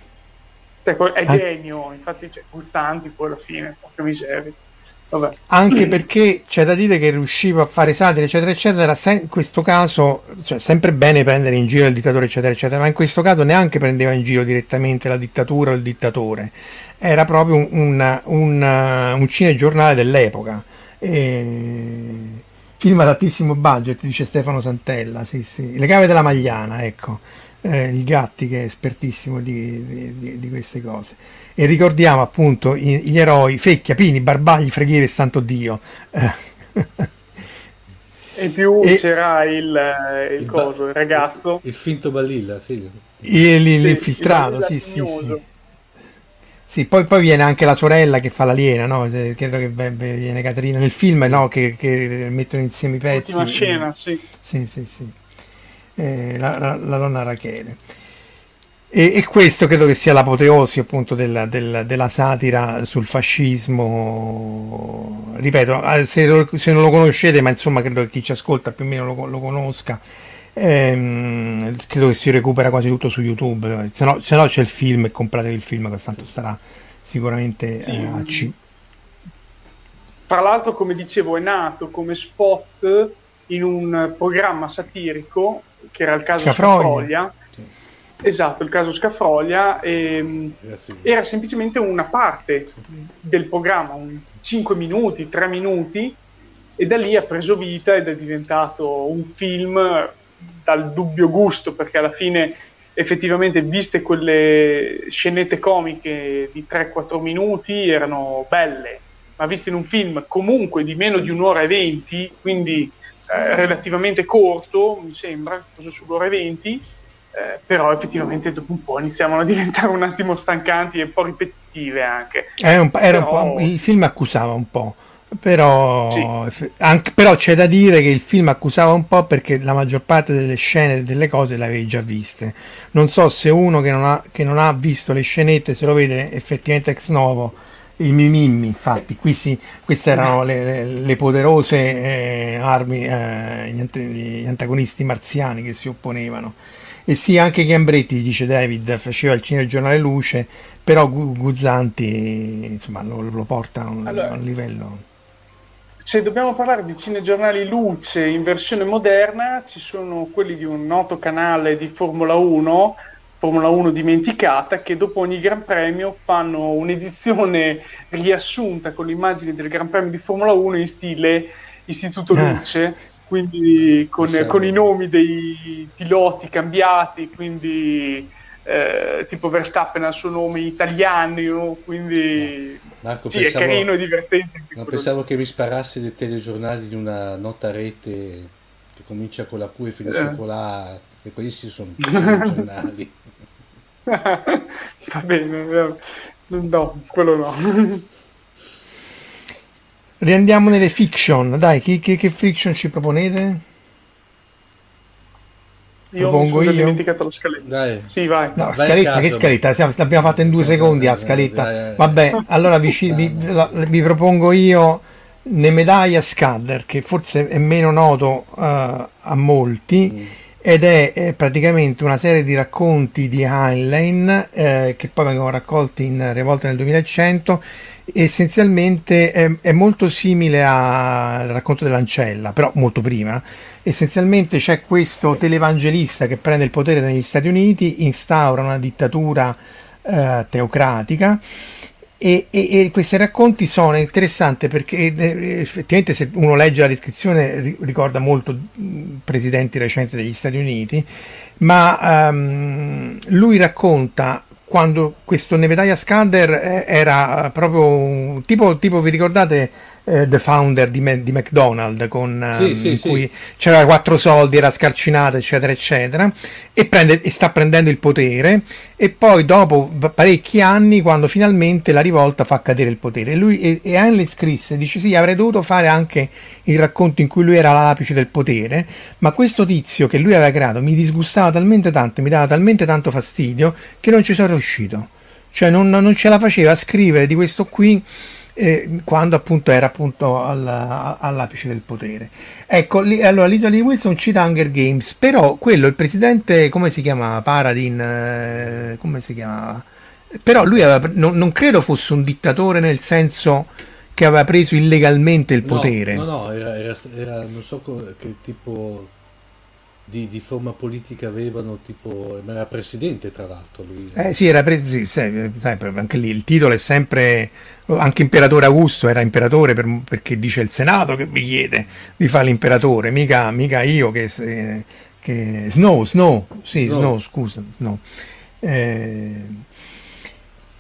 È genio, infatti c'è Gustanti poi alla fine, porca miseria. Vabbè. Anche perché c'è da dire che riusciva a fare satire eccetera eccetera, in questo caso, cioè, sempre bene prendere in giro il dittatore eccetera eccetera, ma in questo caso neanche prendeva in giro direttamente la dittatura o il dittatore, era proprio un, un, un, un cinegiornale dell'epoca, e... film ad altissimo budget, dice Stefano Santella, sì sì, Le cave della Magliana, ecco. Eh, il Gatti che è espertissimo di, di, di, di queste cose, e ricordiamo appunto i, gli eroi Fecchia, Pini, Barbagli, Freghiere e Santo Dio, eh. E più e... c'era il, il, il coso, ba- il ragazzo. Il, il finto Balilla, sì. Il, l'infiltrato, sì, sì, sì. Sì, poi, poi viene anche la sorella che fa l'aliena, no? Credo che viene Caterina nel film, no? Che, che mettono insieme i pezzi. L'ultima scena, e... sì. Sì, sì, sì. Eh, la, la, la donna Rachele. E, e questo credo che sia l'apoteosi appunto della, della, della satira sul fascismo. Ripeto, se, lo, se non lo conoscete, ma insomma credo che chi ci ascolta più o meno lo, lo conosca. Ehm, credo che si recupera quasi tutto su YouTube, se no, se no c'è il film e compratevi il film che tanto starà sicuramente sì. eh, a C. Tra l'altro, come dicevo, è nato come spot in un programma satirico che era il caso Scafroglia, Scafroglia. Sì. Esatto, il caso Scafroglia, e era semplicemente una parte sì. del programma, un cinque minuti, tre minuti, e da lì ha preso vita ed è diventato un film dal dubbio gusto, perché alla fine effettivamente, viste quelle scenette comiche di tre quattro minuti, erano belle, ma viste in un film comunque di meno di un'ora e venti, quindi eh, relativamente corto, mi sembra, cosa sull'ora e venti, eh, però effettivamente dopo un po' iniziavano a diventare un attimo stancanti e un po' ripetitive anche. Era un, era però... un po', il film accusava un po'. Però, sì. anche, però c'è da dire che il film accusava un po' perché la maggior parte delle scene, delle cose le avevi già viste. Non so se uno che non ha, che non ha visto le scenette se lo vede effettivamente ex novo, i mimimmi, infatti qui sì, queste erano le, le, le poderose eh, armi, eh, gli, ant- gli antagonisti marziani che si opponevano. E sì, anche Gambretti, dice David, faceva il cinegiornale Luce, però Guzzanti insomma lo, lo porta a un, allora, a un livello. Se dobbiamo parlare di cinegiornali Luce in versione moderna, ci sono quelli di un noto canale di Formula uno, Formula uno dimenticata, che dopo ogni Gran Premio fanno un'edizione riassunta con le immagini del Gran Premio di Formula uno in stile Istituto Luce, ah. quindi con, con i nomi dei piloti cambiati, quindi eh, tipo Verstappen ha il suo nome italiano, quindi Marco, sì, pensavo, è carino e divertente. Non pensavo che mi sparassi dei telegiornali di una nota rete che comincia con la Q e finisce eh. con la A, e questi sono telegiornali. Va bene, no, quello no. Riandiamo nelle fiction, dai, che, che, che fiction ci proponete? Io Propongo mi sono io. dimenticato la scaletta. Dai. Sì, vai. No, vai scaletta, caso, che scaletta? Siamo, l'abbiamo fatta in due secondi la scaletta. Dai, dai, Vabbè, allora vi, vi, vi propongo io Nemedaya Scudder, che forse è meno noto uh, a molti, mm. ed è, è praticamente una serie di racconti di Heinlein eh, che poi vengono raccolti in Rivolta nel duemilacento. Essenzialmente è, è molto simile al racconto dell'ancella, però molto prima. Essenzialmente c'è questo televangelista che prende il potere negli Stati Uniti, instaura una dittatura eh, teocratica e, e, e questi racconti sono interessanti perché eh, effettivamente se uno legge la descrizione ri, ricorda molto mh, presidenti recenti degli Stati Uniti, ma um, lui racconta quando questo Nemedaya Scudder era proprio un tipo, tipo vi ricordate eh, The Founder di, di McDonald's con, sì, um, sì, in sì. cui c'era quattro soldi, era scarcinato eccetera eccetera, e, prende, e sta prendendo il potere, e poi dopo parecchi anni quando finalmente la rivolta fa cadere il potere, e lui e, e Heinlein scrisse, dice sì, avrei dovuto fare anche il racconto in cui lui era all'apice del potere, ma questo tizio che lui aveva creato mi disgustava talmente tanto, mi dava talmente tanto fastidio che non ci sono riuscito, cioè non, non ce la faceva a scrivere di questo qui eh, quando appunto era appunto alla, all'apice del potere. Ecco, li, allora Lisa Lee Wilson cita Hunger Games, però quello, il presidente, come si chiamava? Paradin, eh, come si chiamava? Però lui aveva, non, non credo fosse un dittatore nel senso che aveva preso illegalmente il potere. No, no, no era, era, era non so come, che tipo di, di forma politica avevano, tipo, ma era presidente tra l'altro lui. Eh sì, era pre- sì, sai, anche lì il titolo è sempre, anche imperatore Augusto era imperatore per, perché dice il Senato che mi chiede di fare l'imperatore, mica, mica io che, eh, che... Snow, Snow, sì, Snow, Snow scusa, Snow. Eh...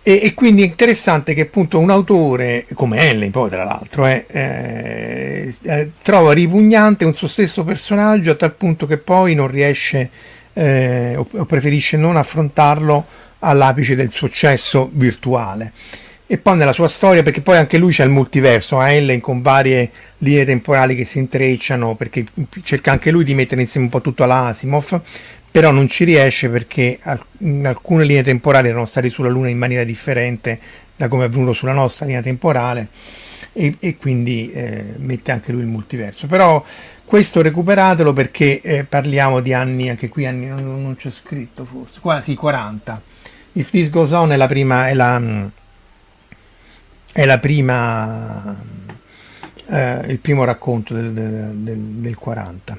E, e quindi è interessante che appunto un autore come Ellen, poi tra l'altro, eh, eh, eh, trova ripugnante un suo stesso personaggio a tal punto che poi non riesce eh, o, o preferisce non affrontarlo all'apice del successo virtuale. E poi nella sua storia, perché poi anche lui c'è il multiverso, eh, Ellen, con varie linee temporali che si intrecciano, perché cerca anche lui di mettere insieme un po' tutto alla Asimov, però non ci riesce perché in alcune linee temporali erano stati sulla Luna in maniera differente da come è avvenuto sulla nostra linea temporale, e, e quindi eh, mette anche lui il multiverso. Però questo recuperatelo, perché eh, parliamo di anni, anche qui anni non, non c'è scritto forse, quasi quaranta. If This Goes On è la prima, è la, è la prima eh, il primo racconto del, del, del, del quaranta.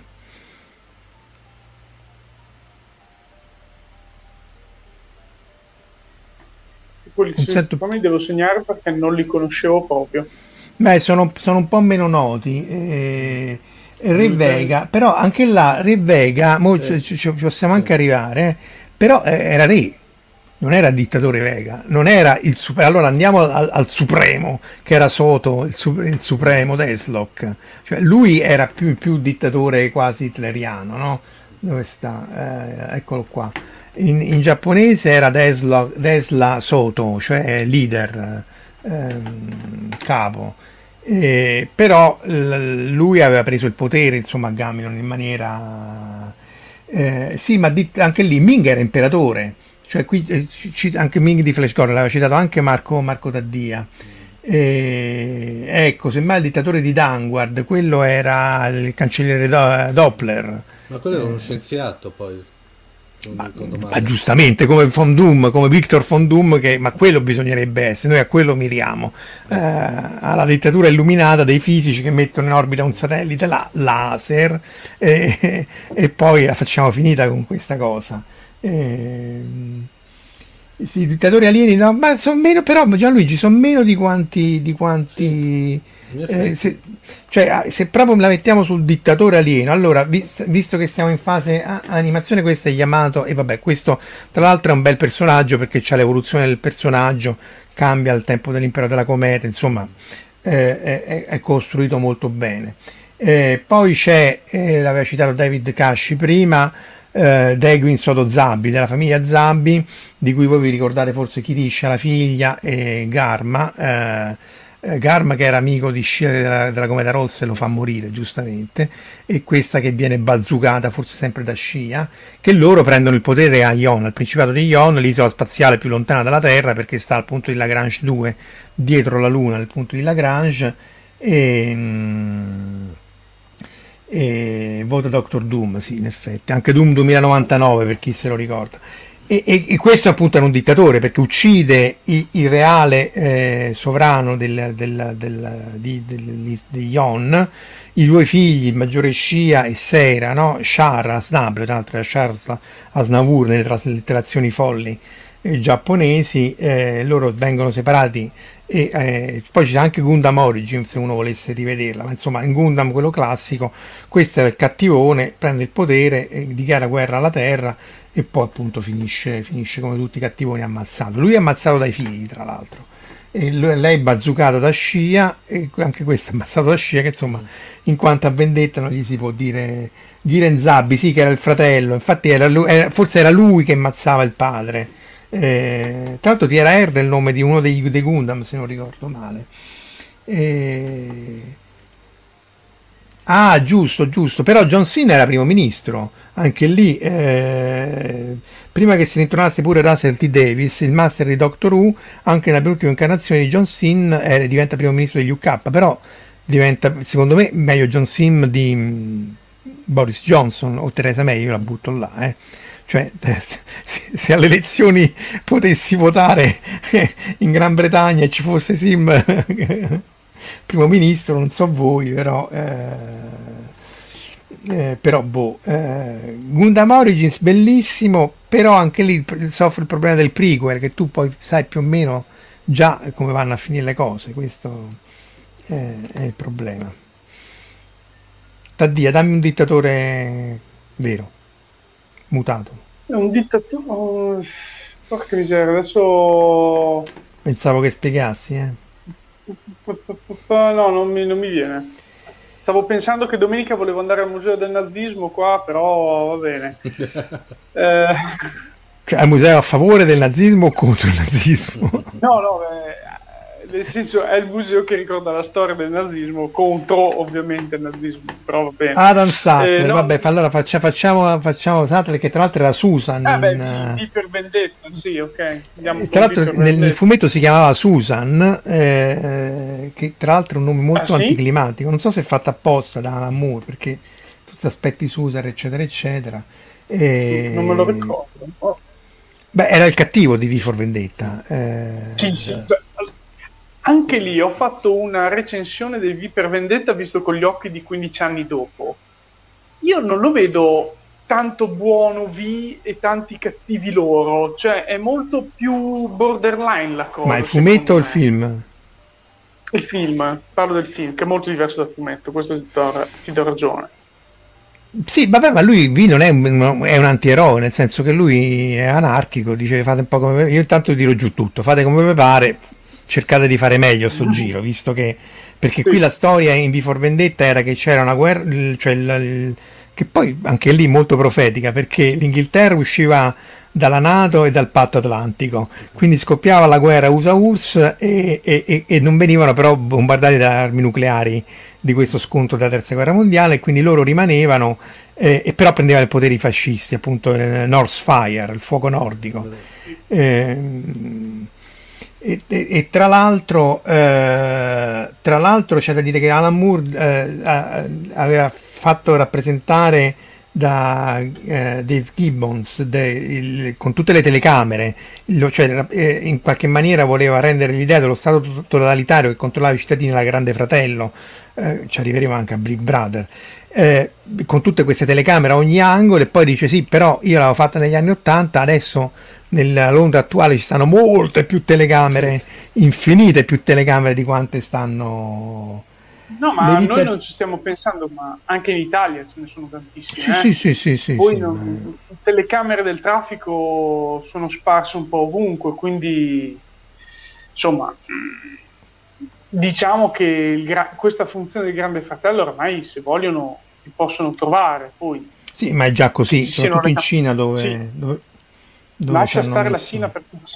Quelli certo... mi devo segnare perché non li conoscevo proprio. Beh, sono, sono un po' meno noti. Eh, Re Vega, però anche là Re Vega, mo eh. ci, ci possiamo anche arrivare, però eh, era re, non era il dittatore Vega, non era il super. Allora andiamo al, al supremo, che era Soto, il, su, il supremo Deathlock, cioè lui era più, più dittatore quasi hitleriano, no? Dove sta? Eh, eccolo qua. In, in giapponese era Desla, Desla Soto, cioè leader, ehm, capo, eh, però l- lui aveva preso il potere, insomma, a Gaminon in maniera eh, sì, ma di, anche lì Ming era imperatore, cioè qui eh, c- anche Ming di Flash Gordon l'aveva citato anche Marco, Marco Taddia. Eh, ecco, semmai il dittatore di Danguard, quello era il cancelliere Do- Doppler, ma quello era uno eh, scienziato poi. Ma, ma giustamente, come Von Doom, come Victor Von Doom, che, ma quello bisognerebbe essere, noi a quello miriamo, eh, alla dittatura illuminata dei fisici che mettono in orbita un satellite la, laser eh, e poi la facciamo finita con questa cosa. Eh, sì, i dittatori alieni, no, ma sono meno, però Gianluigi sono meno di quanti, di quanti sì, eh, se, cioè se proprio la mettiamo sul dittatore alieno, allora vis, visto che stiamo in fase a, animazione, questo è Yamato, e vabbè, questo tra l'altro è un bel personaggio perché c'ha l'evoluzione del personaggio, cambia al tempo dell'impero della cometa, insomma eh, è, è costruito molto bene. Eh, poi c'è, eh, l'aveva citato David Casci prima, Uh, Degwin Soto Zabbi, della famiglia Zabbi, di cui voi vi ricordate forse Kirisha, la figlia, e Garma, uh, uh, Garma che era amico di Scia della, della Cometa Rossa e lo fa morire giustamente, e questa che viene bazzucata forse sempre da Scia, che loro prendono il potere a Ion, al Principato di Ion, l'isola spaziale più lontana dalla Terra, perché sta al punto di Lagrange due, dietro la Luna, nel punto di Lagrange, e... Mm, e vota Doctor Doom, sì, in effetti anche Doom duemilanovantanove per chi se lo ricorda, e, e, e questo appunto era un dittatore perché uccide i, il reale eh, sovrano del, del, del, di, del, di Yon, i due figli, il maggiore Shia e Seira, no? Shar Asnab, tra l'altro era Shar Asnavur nelle traslitterazioni folli eh, giapponesi, eh, loro vengono separati. E eh, poi c'è anche Gundam Origin se uno volesse rivederla, ma insomma in Gundam quello classico questo era il cattivone, prende il potere e dichiara guerra alla Terra e poi appunto finisce, finisce come tutti i cattivoni ammazzato. Lui è ammazzato dai figli tra l'altro, e lei è bazzucata da Scia, e anche questo è ammazzato da Scia, che insomma in quanto a vendetta non gli si può dire. Giren Zabbi, sì, che era il fratello, infatti era lui, era, forse era lui che ammazzava il padre. Eh, tra l'altro Tierra Erd è il nome di uno dei, dei Gundam se non ricordo male. Eh, ah giusto giusto però John Cena era primo ministro anche lì, eh, prima che si ritornasse pure Russell T. Davis, il master di Doctor Who, anche nella penultima incarnazione di John Cena eh, diventa primo ministro degli U K, però diventa secondo me meglio John Cena di mh, Boris Johnson o Theresa May, io la butto là, eh. Cioè, se alle elezioni potessi votare in Gran Bretagna e ci fosse Sim primo ministro, non so voi, però eh, eh, però boh, eh, Gundam Origins bellissimo, però anche lì soffre il problema del prequel, che tu poi sai più o meno già come vanno a finire le cose, questo è, è il problema. Taddia, dammi un dittatore vero, mutato. È un dittatore. Porca miseria, adesso... Pensavo che spiegassi, eh. No, non mi, non mi viene. Stavo pensando che domenica volevo andare al museo del nazismo qua, però va bene. eh... Cioè, al museo a favore del nazismo o contro il nazismo? No, no, beh, nel senso è il museo che ricorda la storia del nazismo, contro ovviamente il nazismo, però va bene. Adam Sattler, eh, no, vabbè, allora faccia, facciamo, facciamo Sattler, che tra l'altro era Susan. Eh beh, in, di, di per vendetta, sì, ok. Eh, tra l'altro nel, nel fumetto si chiamava Susan, eh, che tra l'altro è un nome molto ah, sì? anticlimatico, non so se è fatto apposta da Alan Moore, perché tutti aspetti Susan, eccetera, eccetera. E... Non me lo ricordo. Oh. Beh, era il cattivo di V for Vendetta. Eh... Sì, sì. Beh, anche lì ho fatto una recensione del V per Vendetta visto con gli occhi di quindici anni dopo. Io non lo vedo tanto buono V e tanti cattivi loro, cioè è molto più borderline la cosa. Ma il fumetto o il film? Il film, parlo del film, che è molto diverso dal fumetto, questo ti do, ti do ragione. Sì, vabbè, ma lui V non è un, è un antieroe, nel senso che lui è anarchico, dice fate un po' come me, io intanto tiro giù tutto, fate come vi pare, cercate di fare meglio sto giro, visto che, perché sì. Qui la storia in V for Vendetta era che c'era una guerra, cioè il, il, che poi anche lì molto profetica, perché l'Inghilterra usciva dalla NATO e dal patto atlantico, quindi scoppiava la guerra U S A U R S S e, e, e non venivano però bombardati da armi nucleari di questo scontro della terza guerra mondiale, e quindi loro rimanevano eh, e però prendevano i poteri fascisti, appunto il North Fire, il fuoco nordico. Eh, e, e, e tra l'altro eh, tra l'altro c'è da dire che Alan Moore eh, aveva fatto rappresentare da eh, Dave Gibbons de, il, con tutte le telecamere, lo, cioè eh, in qualche maniera voleva rendere l'idea dello stato totalitario che controllava i cittadini alla Grande Fratello, eh, ci arriveremo anche a Big Brother, eh, con tutte queste telecamere a ogni angolo, e poi dice sì, però io l'avevo fatta negli anni ottanta, adesso nella Londra attuale ci stanno molte più telecamere, infinite più telecamere di quante stanno. No, ma vita... noi non ci stiamo pensando, ma anche in Italia ce ne sono tantissime. Sì, eh? sì, sì, sì, sì, Poi sì, non... ma... telecamere del traffico sono sparse un po' ovunque, quindi insomma diciamo che il gra... questa funzione del Grande Fratello ormai, se vogliono, si possono trovare. Poi sì, ma è già così, soprattutto in le... Cina dove, sì. dove, dove lascia stare messo... la Cina per tutti.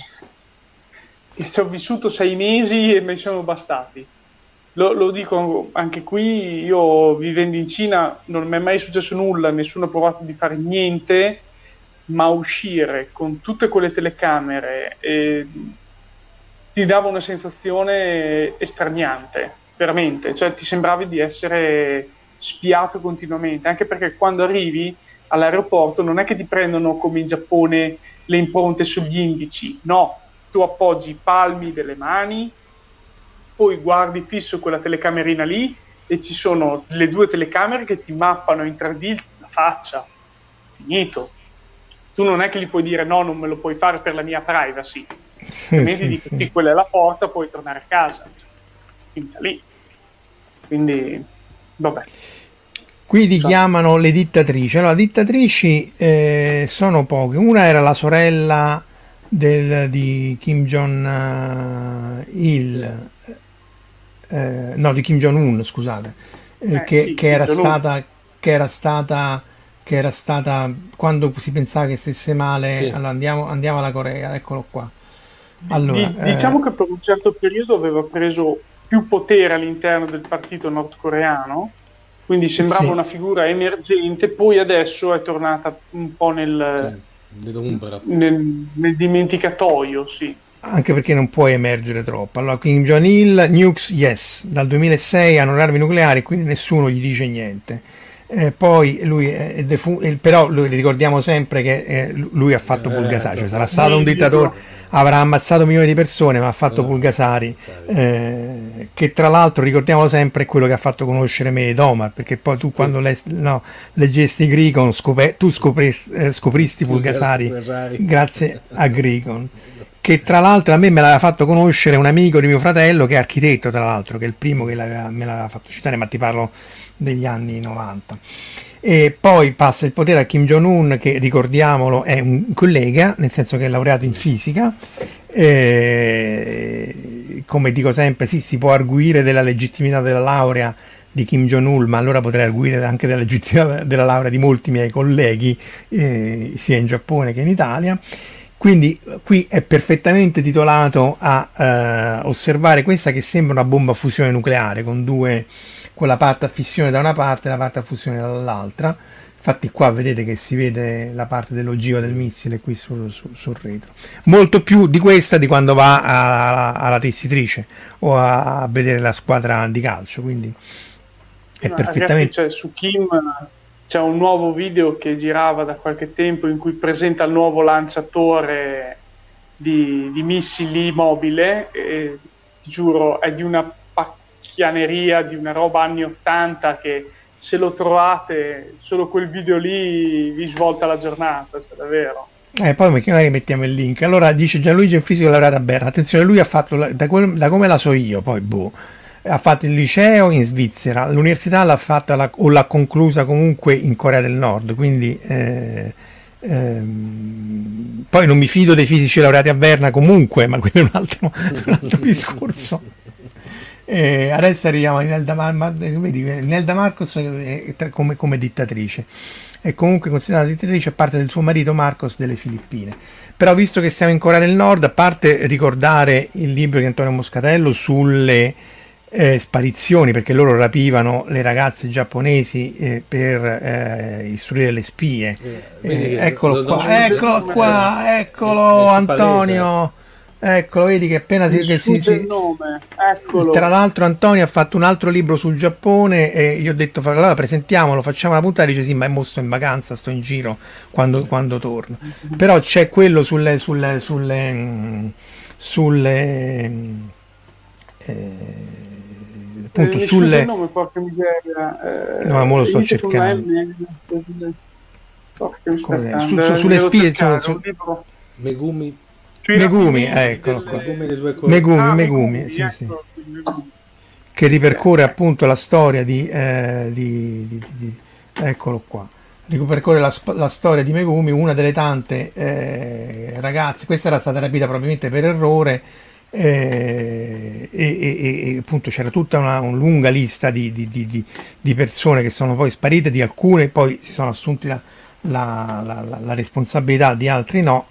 Ci ho vissuto sei mesi e mi sono bastati. Lo, lo dico anche qui, io vivendo in Cina non mi è mai successo nulla, nessuno ha provato di fare niente, ma uscire con tutte quelle telecamere eh, ti dava una sensazione estraniante, veramente, cioè ti sembravi di essere spiato continuamente, anche perché quando arrivi all'aeroporto non è che ti prendono come in Giappone le impronte sugli indici, no, tu appoggi i palmi delle mani, poi guardi fisso quella telecamerina lì e ci sono le due telecamere che ti mappano in tre D la faccia. Finito. Tu non è che gli puoi dire no, non me lo puoi fare per la mia privacy. Altrimenti sì, dico sì, sì, quella è la porta, puoi tornare a casa. Finita lì. Quindi, vabbè. Qui ti chiamano le dittatrici. Allora, dittatrici eh, sono poche. Una era la sorella del, di Kim Jong-il. Eh, no, di Kim Jong-un, scusate, eh, eh, che, sì, che, era stata, che era stata che era stata quando si pensava che stesse male, sì. Allora andiamo, andiamo alla Corea, eccolo qua. Allora, di, eh, diciamo che per un certo periodo aveva preso più potere all'interno del partito nordcoreano, quindi sembrava sì, una figura emergente, poi adesso è tornata un po' nel, sì, nel, nel dimenticatoio, sì. Anche perché non puoi emergere troppo. Allora, Kim Jong-il, nukes, yes, dal duemilasei hanno le armi nucleari, quindi nessuno gli dice niente. Eh, poi lui è defu- però lui, ricordiamo sempre che eh, lui ha fatto eh, Pulgasari, cioè sarà stato un dittatore, avrà ammazzato milioni di persone, ma ha fatto eh, Pulgasari, eh, che tra l'altro, ricordiamolo sempre, è quello che ha fatto conoscere me ed Omar, perché poi tu quando le, no, leggesti Gricon scop- tu scopristi, eh, scopristi Pulgasari grazie a Gricon, che tra l'altro a me me l'aveva fatto conoscere un amico di mio fratello che è architetto, tra l'altro, che è il primo che l'aveva, me l'aveva fatto citare, ma ti parlo degli anni novanta. E poi passa il potere a Kim Jong-un, che ricordiamolo è un collega, nel senso che è laureato in fisica. Eh, come dico sempre, sì, si può arguire della legittimità della laurea di Kim Jong-un, ma allora potrei arguire anche della legittimità della laurea di molti miei colleghi, eh, sia in Giappone che in Italia. Quindi qui è perfettamente titolato a eh, osservare questa che sembra una bomba a fusione nucleare, con due, con la parte a fissione da una parte e la parte a fusione dall'altra. Infatti qua vedete che si vede la parte dell'ogiva del missile qui sul, sul, sul retro. Molto più di questa di quando va a, a, alla tessitrice o a, a vedere la squadra di calcio. Quindi è no, perfettamente... Ragazzi, cioè, su Kim c'è un nuovo video che girava da qualche tempo in cui presenta il nuovo lanciatore di, di missili mobile e ti giuro è di una pacchianeria, di una roba anni ottanta che... se lo trovate, solo quel video lì vi svolta la giornata, cioè davvero. Eh, poi magari mettiamo il link. Allora dice Gianluigi è un fisico laureato a Berna. Attenzione, lui ha fatto, da, quel, da come la so io, poi boh, ha fatto il liceo in Svizzera, l'università l'ha fatta la, o l'ha conclusa comunque in Corea del Nord, quindi eh, ehm, poi non mi fido dei fisici laureati a Berna comunque, ma quello è un altro, un altro discorso. Eh, adesso arriviamo a Imelda, Mar- vedi, Imelda Marcos eh, come, come dittatrice, è comunque considerata dittatrice a parte del suo marito Marcos delle Filippine. Però visto che siamo in Corea del Nord, a parte ricordare il libro di Antonio Moscatello sulle eh, sparizioni, perché loro rapivano le ragazze giapponesi eh, per eh, istruire le spie, eh, eccolo qua, eccolo qua, eccolo Antonio. Eccolo, vedi che appena si, che si, si... nome. Eccolo. Tra l'altro Antonio ha fatto un altro libro sul Giappone e io ho detto allora presentiamolo, facciamo una puntata, dice sì ma mo sto in vacanza, sto in giro quando, quando torno. Però c'è quello sulle sulle sulle sulle eh, appunto eh, sulle nome, porca miseria. Eh, no, mo lo sto cercando. Su, su, sulle spie su, su... Megumi Megumi, eh, eccolo qua. Megumi, ah, Megumi, sì, sì. Che ripercorre appunto la storia di, eh, di, di, di eccolo qua. Ripercorre la, la storia di Megumi, una delle tante eh, ragazze. Questa era stata rapita probabilmente per errore. Eh, e, e, e appunto c'era tutta una, una lunga lista di, di, di, di persone che sono poi sparite, di alcune poi si sono assunti la, la, la, la, la responsabilità, di altri no.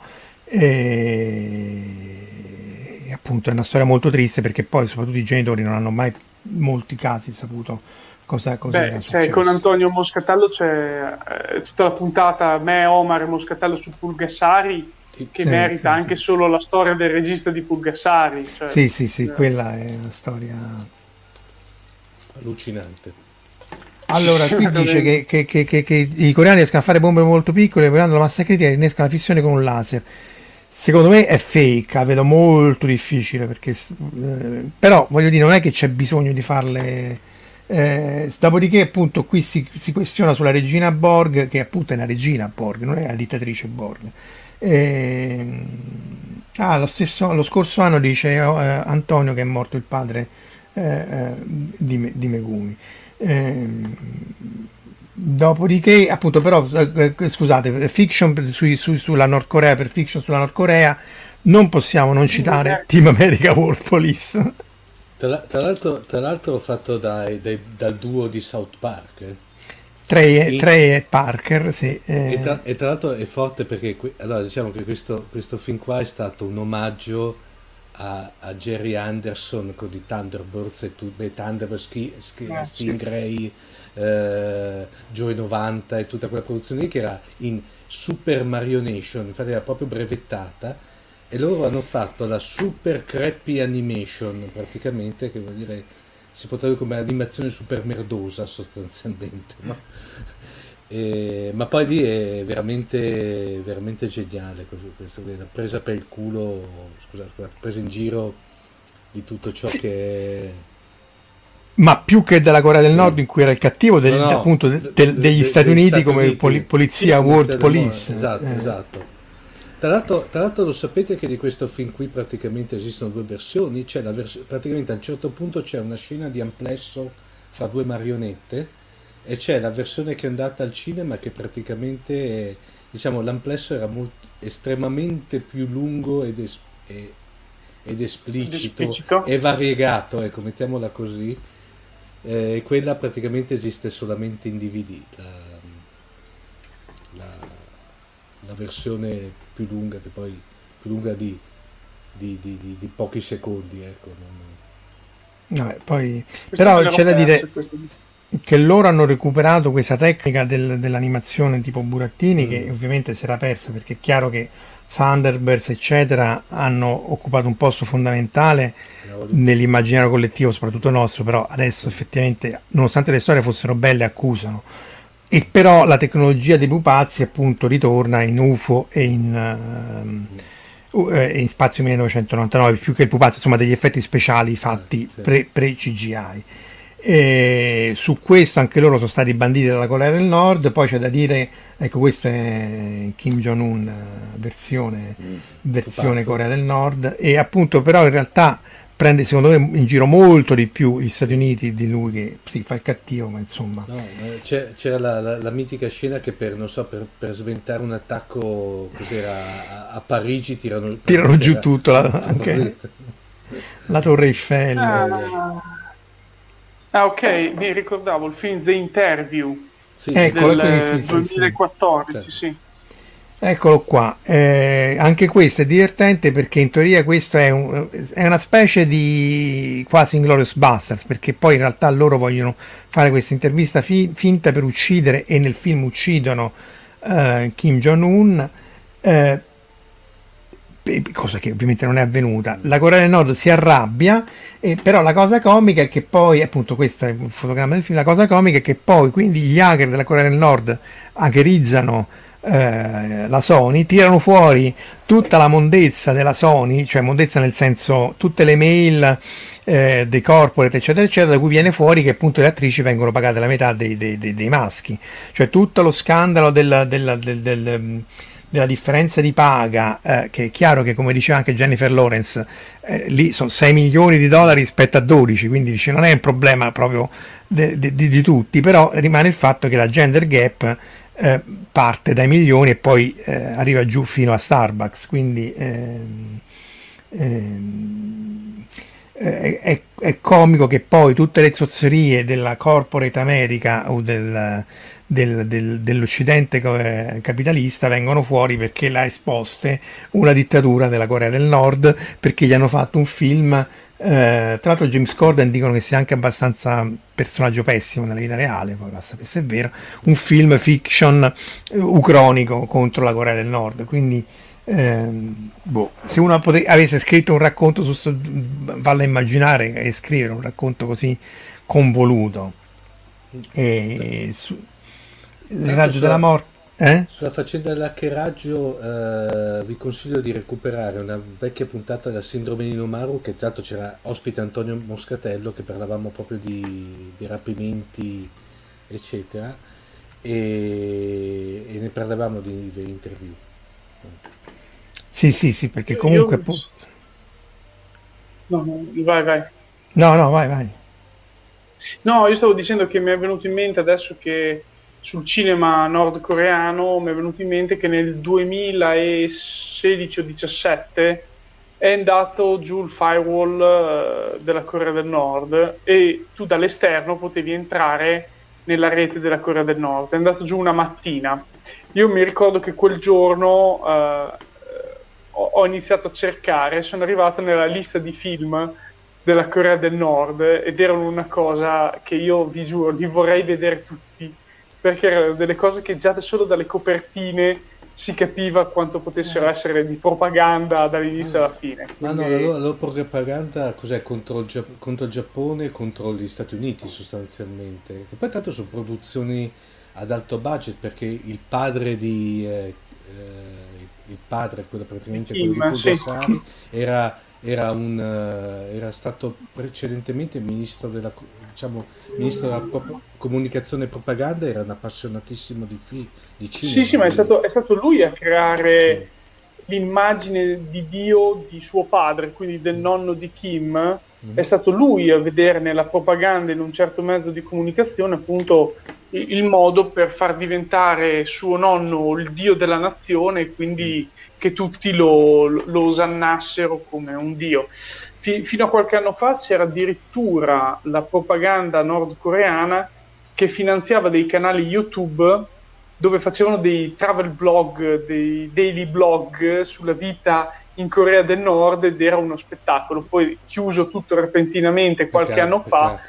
E appunto è una storia molto triste perché poi soprattutto i genitori non hanno mai in molti casi saputo cosa, cosa era successo. Cioè, con Antonio Moscatello c'è eh, tutta la puntata me, Omar e Moscatello su Pulgassari che sì, merita sì, anche sì. solo la storia del regista di Pulgassari, cioè, sì sì sì eh. quella è una storia allucinante. Allora qui dice che, che, che, che, che i coreani riescono a fare bombe molto piccole, guardando la massa critica innescano la fissione con un laser. Secondo me è fake, la vedo molto difficile perché eh, però voglio dire non è che c'è bisogno di farle eh, dopodiché appunto qui si, si questiona sulla regina Borg, che appunto è una regina Borg, non è la dittatrice Borg. Eh, ah, lo stesso lo scorso anno dice eh, Antonio che è morto il padre eh, eh, di, di Megumi. Eh, dopodiché appunto però eh, scusate, fiction su, su, sulla Nord Corea, per fiction sulla Nord Corea non possiamo non citare Team America World Police. Tra, tra l'altro tra l'altro fatto dai, dai, dal duo di South Park, eh. Trey, Trey e Parker, sì. Eh. E, tra, e tra l'altro è forte perché allora diciamo che questo, questo film qua è stato un omaggio a, a Jerry Anderson con i Thunderbirds e tu, beh, Thunderbirds, Ski, Ski, ah, Stingray, eh, Joe novanta e tutta quella produzione lì che era in Super Marionation, infatti era proprio brevettata, e loro hanno fatto la Super Crappy Animation praticamente, che vuol dire si può tradurre come animazione super merdosa sostanzialmente, no? E, ma poi lì è veramente veramente geniale questa presa per il culo, scusate, presa in giro di tutto ciò sì. che è... ma più che della Corea del Nord in cui era il cattivo del, no, no, appunto de, de, degli de, Stati de, Uniti Stati come Uniti. Poli, polizia sì, World Police, esatto, eh. esatto. Tra l'altro, tra l'altro lo sapete che di questo film qui praticamente esistono due versioni, c'è la vers- praticamente a un certo punto c'è una scena di amplesso fra due marionette e c'è la versione che è andata al cinema che praticamente, diciamo, l'amplesso era molto, estremamente più lungo ed, es, e, ed esplicito, esplicito e variegato, ecco, mettiamola così. Eh, quella praticamente esiste solamente in D V D, la, la, la versione più lunga, che poi più lunga di, di, di, di, di pochi secondi, ecco. Non... Vabbè, poi, però c'è da dire questo. che loro hanno recuperato questa tecnica del, dell'animazione tipo burattini, mm. che ovviamente si era persa, perché è chiaro che Thunderbirds eccetera hanno occupato un posto fondamentale nell'immaginario collettivo, soprattutto nostro, però adesso effettivamente, nonostante le storie fossero belle, accusano. E però la tecnologia dei pupazzi appunto ritorna in U F O e in, uh, in Spazio millenovecentonovantanove, più che il pupazzo, insomma degli effetti speciali fatti pre, pre-C G I. E su questo anche loro sono stati banditi dalla Corea del Nord. Poi c'è da dire, ecco, questa è Kim Jong-un versione, mm, versione Corea del Nord, e appunto però in realtà prende secondo me in giro molto di più gli Stati Uniti di lui, che sì, fa il cattivo, ma insomma no, c'era, c'era la, la, la mitica scena che per non so per, per sventare un attacco cos'era a, a Parigi tirano, tirano giù tutto la, anche la Torre Eiffel. ah. Ah, ok, mi ricordavo il film The Interview, sì, eccolo, del sì, duemilaquattordici, sì, sì. Eccolo qua. Eh, anche questo è divertente perché in teoria questo è, un, è una specie di quasi Inglourious Basterds, perché poi in realtà loro vogliono fare questa intervista fi- finta per uccidere, e nel film uccidono eh, Kim Jong-un, eh, cosa che ovviamente non è avvenuta. La Corea del Nord si arrabbia, eh, però la cosa comica è che poi, appunto questo è il fotogramma del film, la cosa comica è che poi quindi gli hacker della Corea del Nord hackerizzano eh, la Sony, tirano fuori tutta la mondezza della Sony, cioè mondezza nel senso tutte le mail eh, dei corporate eccetera eccetera, da cui viene fuori che appunto le attrici vengono pagate la metà dei, dei, dei, dei maschi, cioè tutto lo scandalo del, del, del, del della differenza di paga, eh, che è chiaro che, come diceva anche Jennifer Lawrence, eh, lì sono sei milioni di dollari rispetto a dodici, quindi dice non è un problema proprio de, de, di, di tutti, però rimane il fatto che la gender gap eh, parte dai milioni e poi eh, arriva giù fino a Starbucks, quindi eh, eh, è, è comico che poi tutte le zozzerie della corporate America o del Del, del, dell'occidente capitalista vengono fuori perché l'ha esposte una dittatura della Corea del Nord, perché gli hanno fatto un film, eh, tra l'altro James Corden dicono che sia anche abbastanza personaggio pessimo nella vita reale, poi va a sapere se è vero, un film fiction eh, ucronico contro la Corea del Nord, quindi ehm, boh, se uno pote- avesse scritto un racconto su sto, vale a immaginare e scrivere un racconto così convoluto e su il ecco, raggio sulla, della morte, eh? Sulla faccenda dell'hackeraggio eh, vi consiglio di recuperare una vecchia puntata della Sindrome di Nomaru, che tra l'altro c'era ospite Antonio Moscatello, che parlavamo proprio di, di rapimenti eccetera, e, e ne parlavamo di, di interview. Sì sì sì, perché comunque io... po- no, no, vai vai no no vai vai no io stavo dicendo che mi è venuto in mente adesso che sul cinema nordcoreano mi è venuto in mente che nel duemilasedici o diciassette è andato giù il firewall uh, della Corea del Nord e tu dall'esterno potevi entrare nella rete della Corea del Nord. È andato giù una mattina. Io mi ricordo che quel giorno uh, ho, ho iniziato a cercare, sono arrivato nella lista di film della Corea del Nord ed erano una cosa che io vi giuro li vorrei vedere tutti, perché erano delle cose che già solo dalle copertine si capiva quanto potessero essere di propaganda dall'inizio alla fine. Ma no, la loro, la loro propaganda cos'è? Contro il, Gia- contro il Giappone e contro gli Stati Uniti sostanzialmente. E poi tanto sono produzioni ad alto budget, perché il padre di eh, eh, il padre, quello praticamente Kim, quello di sì. Pugliasari, era era un uh, era stato precedentemente ministro della diciamo ministro della pro- comunicazione e propaganda, era un appassionatissimo di, fi- di cinema. Sì, sì, ma è stato, è stato lui a creare l'immagine di Dio di suo padre, quindi del nonno di Kim. Mm-hmm. È stato lui a vedere nella propaganda, in un certo mezzo di comunicazione, appunto il, il modo per far diventare suo nonno il dio della nazione, e quindi che tutti lo, lo osannassero come un dio. F- fino a qualche anno fa c'era addirittura la propaganda nordcoreana che finanziava dei canali YouTube dove facevano dei travel blog, dei daily blog sulla vita in Corea del Nord, ed era uno spettacolo. Poi chiuso tutto repentinamente qualche peccato, anno fa.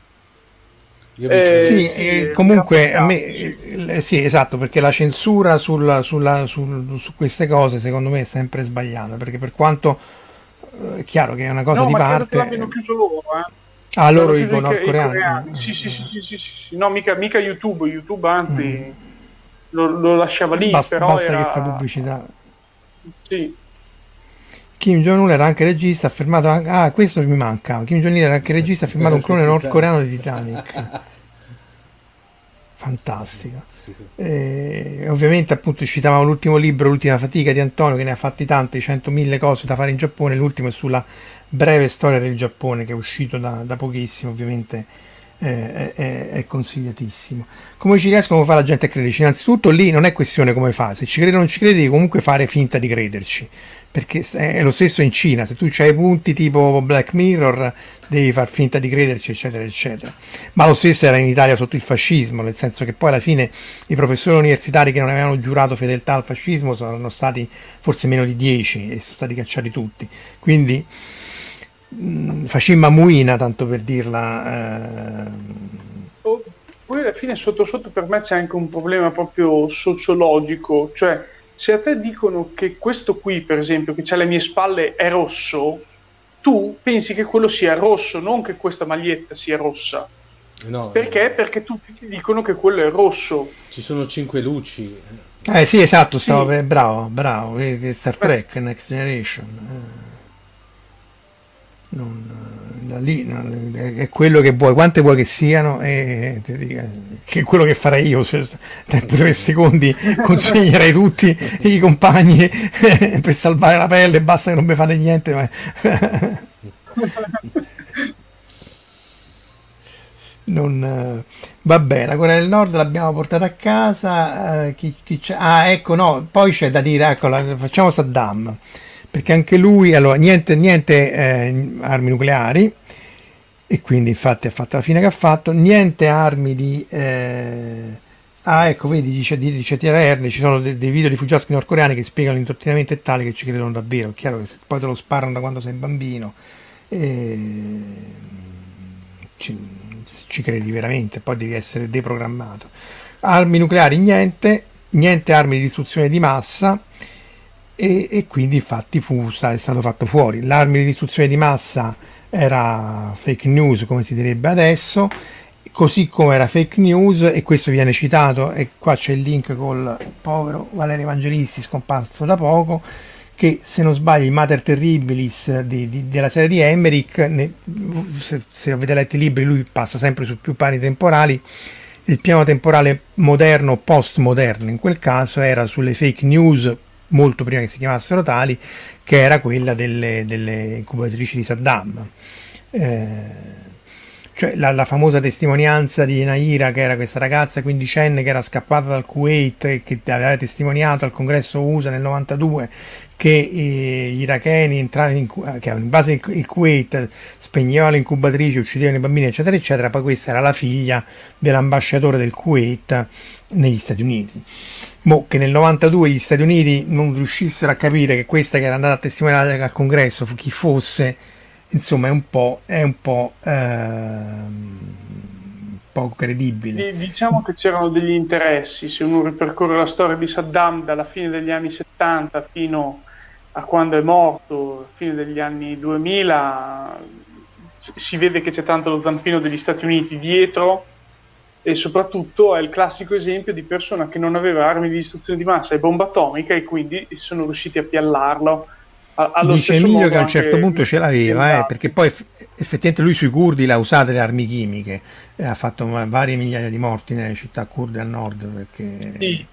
Eh, sì, sì, eh, comunque a me eh, sì, esatto, perché la censura sulla, sulla, sul, su queste cose secondo me è sempre sbagliata, perché per quanto è eh, chiaro che è una cosa no, di ma parte. Ma l'abbiano chiuso loro, eh. Ah, loro i nordcoreani? Sì, sì, sì, sì, sì, sì. No, mica, mica YouTube, YouTube anzi mm. lo, lo lasciava lì, basta, però basta era... che fa pubblicità. Sì. Kim Jong-un era anche regista, ha firmato anche... ah, questo mi manca. Kim Jong-un era anche regista, ha firmato un clone nordcoreano di Titanic. Fantastico. E, ovviamente appunto citavamo l'ultimo libro, L'ultima fatica di Antonio, che ne ha fatti tante, centomila cose da fare in Giappone. L'ultimo è sulla breve storia del Giappone, che è uscito da, da pochissimo, ovviamente eh, è, è consigliatissimo. Come ci riescono a fare la gente a crederci? Innanzitutto lì non è questione come fa, se ci credi o non ci credi devi comunque fare finta di crederci, perché è lo stesso in Cina, se tu c'hai punti tipo Black Mirror devi far finta di crederci, eccetera eccetera. Ma lo stesso era in Italia sotto il fascismo, nel senso che poi alla fine i professori universitari che non avevano giurato fedeltà al fascismo saranno stati forse meno di dieci e sono stati cacciati tutti, quindi mh, facimmo a muina, tanto per dirla. eh... oh, poi alla fine sotto sotto per me c'è anche un problema proprio sociologico, cioè se a te dicono che questo qui, per esempio, che c'ha le mie spalle è rosso, tu pensi che quello sia rosso, non che questa maglietta sia rossa. No, perché? Eh, Perché tutti ti dicono che quello è rosso. Ci sono cinque luci. Eh sì, esatto, stavo sì. Per... bravo, bravo, vedi, Star Trek, eh. Next Generation. Eh. Non, eh, lì, non, è quello che vuoi, quante vuoi che siano, e ti dico, che è quello che farei io, cioè, tempo tre secondi consegnerei tutti i compagni per salvare la pelle, basta che non mi fate niente. Ma... non va bene, la Corea del Nord l'abbiamo portata a casa. eh, chi, chi c'è? Ah, ecco, no, poi c'è da dire, ecco, la, facciamo Saddam, perché anche lui, allora, niente, niente eh, armi nucleari, e quindi infatti ha fatto la fine che ha fatto, niente armi di... Eh, ah, ecco, vedi, dice, dice T R R, ci sono dei, dei video di fuggiaschi nordcoreani che spiegano l'indottrinamento è tale che ci credono davvero. È chiaro che se poi te lo sparano da quando sei bambino, eh, ci, ci credi veramente, poi devi essere deprogrammato. Armi nucleari niente, niente armi di distruzione di massa, E, e quindi infatti fu, è stato fatto fuori. L'armi di distruzione di massa era fake news, come si direbbe adesso, così come era fake news, e questo viene citato, e qua c'è il link col povero Valerio Evangelisti, scomparso da poco, che se non sbaglio i Mater Terribilis di, di, della serie di Emmerich, ne, se, se avete letto i libri, lui passa sempre su più piani temporali. Il piano temporale moderno, postmoderno in quel caso, era sulle fake news molto prima che si chiamassero tali, che era quella delle, delle incubatrici di Saddam, eh, cioè la, la famosa testimonianza di Naira, che era questa ragazza quindicenne che era scappata dal Kuwait e che aveva testimoniato al congresso U S A nel novantadue che eh, gli iracheni entrati in, che in base il Kuwait spegnevano le incubatrici, uccidevano i bambini, eccetera eccetera. Poi questa era la figlia dell'ambasciatore del Kuwait negli Stati Uniti. Mo che nel novantadue gli Stati Uniti non riuscissero a capire che questa che era andata a testimoniare al congresso fu chi fosse, insomma è un po' è un po' ehm, poco credibile. Diciamo che c'erano degli interessi, se uno ripercorre la storia di Saddam dalla fine degli anni settanta fino a quando è morto, fine degli anni duemila, si vede che c'è tanto lo zampino degli Stati Uniti dietro, e soprattutto è il classico esempio di persona che non aveva armi di distruzione di massa e bomba atomica, e quindi sono riusciti a piallarlo. Allo Dice Emilio che a un certo punto ce l'aveva, eh, perché poi effettivamente lui sui curdi l'ha usata le armi chimiche, eh, ha fatto varie migliaia di morti nelle città kurde al nord, perché sì.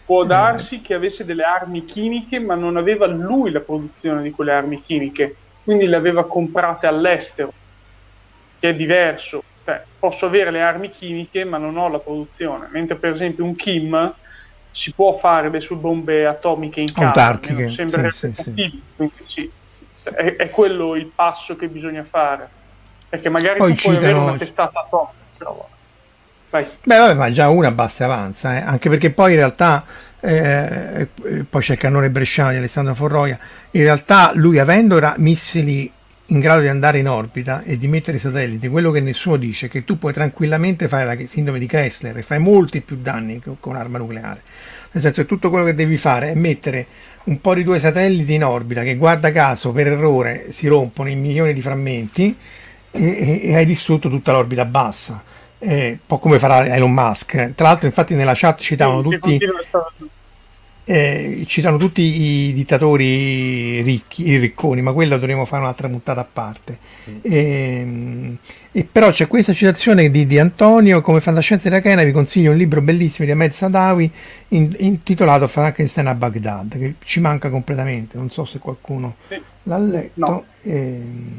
può darsi che avesse delle armi chimiche, ma non aveva lui la produzione di quelle armi chimiche, quindi le aveva comprate all'estero, che è diverso. Cioè, posso avere le armi chimiche ma non ho la produzione, mentre per esempio un Kim si può fare le sue bombe atomiche in casa, sembra sì, sì, sì. Quindi sì, è, è quello il passo che bisogna fare, perché magari poi tu puoi citano... avere una testata atomica, però... Vai. Beh vabbè, ma già una basta e avanza, eh? Anche perché poi in realtà eh, poi c'è il cannone bresciano di Alessandro Forroia, in realtà lui avendo ra- missili in grado di andare in orbita e di mettere i satelliti, quello che nessuno dice è che tu puoi tranquillamente fare la sindrome di Kessler e fai molti più danni con, con un'arma nucleare, nel senso che tutto quello che devi fare è mettere un po' di tuoi satelliti in orbita che guarda caso per errore si rompono in milioni di frammenti e, e, e hai distrutto tutta l'orbita bassa. Eh, un po' come farà Elon Musk. Tra l'altro infatti nella chat citavano sì, tutti eh, citano tutti i dittatori ricchi, i ricconi, ma quello dovremo fare un'altra puntata a parte. Mm. E, e però c'è questa citazione di, di Antonio: come fantascienza della Kena vi consiglio un libro bellissimo di Ahmed Sadawi in, intitolato Frankenstein a Baghdad, che ci manca completamente, non so se qualcuno sì. l'ha letto. No. E,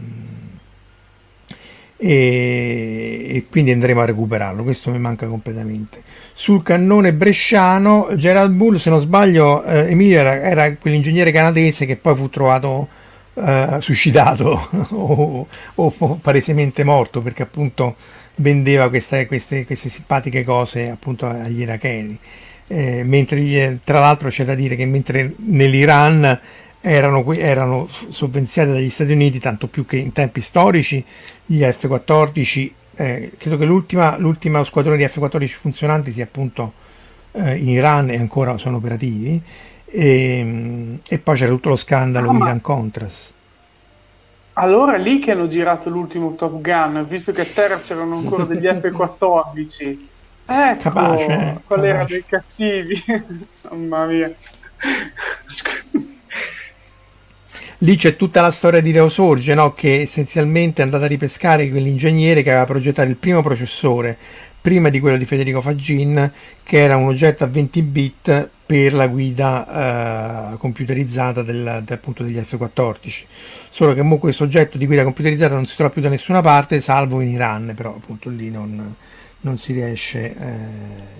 E, e quindi andremo a recuperarlo, questo mi manca completamente. Sul cannone bresciano, Gerald Bull, se non sbaglio, eh, Emilio era, era quell'ingegnere canadese che poi fu trovato eh, suicidato o, o palesemente morto, perché appunto vendeva queste, queste, queste simpatiche cose appunto agli iracheni. Eh, mentre tra l'altro c'è da dire che mentre nell'Iran erano, erano sovvenziati dagli Stati Uniti, tanto più che in tempi storici gli F quattordici, eh, credo che l'ultima, l'ultima squadrone di F quattordici funzionanti sia appunto eh, in Iran e ancora sono operativi, e, e poi c'era tutto lo scandalo ah, Iran-Contras. Allora è lì che hanno girato l'ultimo Top Gun, visto che a terra c'erano ancora degli F quattordici. Ecco, capace, eh, qual capace. Era dei cattivi. Mamma mia. Lì c'è tutta la storia di Leo Sorge, no? Che essenzialmente è andato a ripescare quell'ingegnere che aveva progettato il primo processore, prima di quello di Federico Faggin, che era un oggetto a venti bit per la guida eh, computerizzata del, del, appunto degli F quattordici. Solo che comunque questo oggetto di guida computerizzata non si trova più da nessuna parte, salvo in Iran, però appunto lì non, non si riesce... Eh,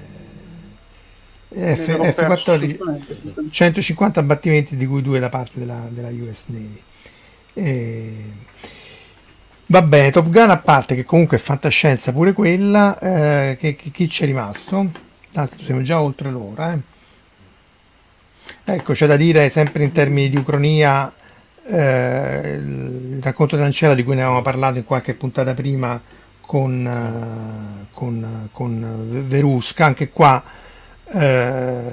F, F quattordici, centocinquanta abbattimenti, di cui due da parte della, della U S Navy. E... va bene, Top Gun a parte, che comunque è fantascienza pure quella, eh, che, che chi c'è rimasto? Tanto siamo già oltre l'ora, eh. Ecco, c'è da dire sempre in termini di ucronia, eh, il racconto dell'ancella di cui ne avevamo parlato in qualche puntata prima con, uh, con, con Verusca, anche qua Uh,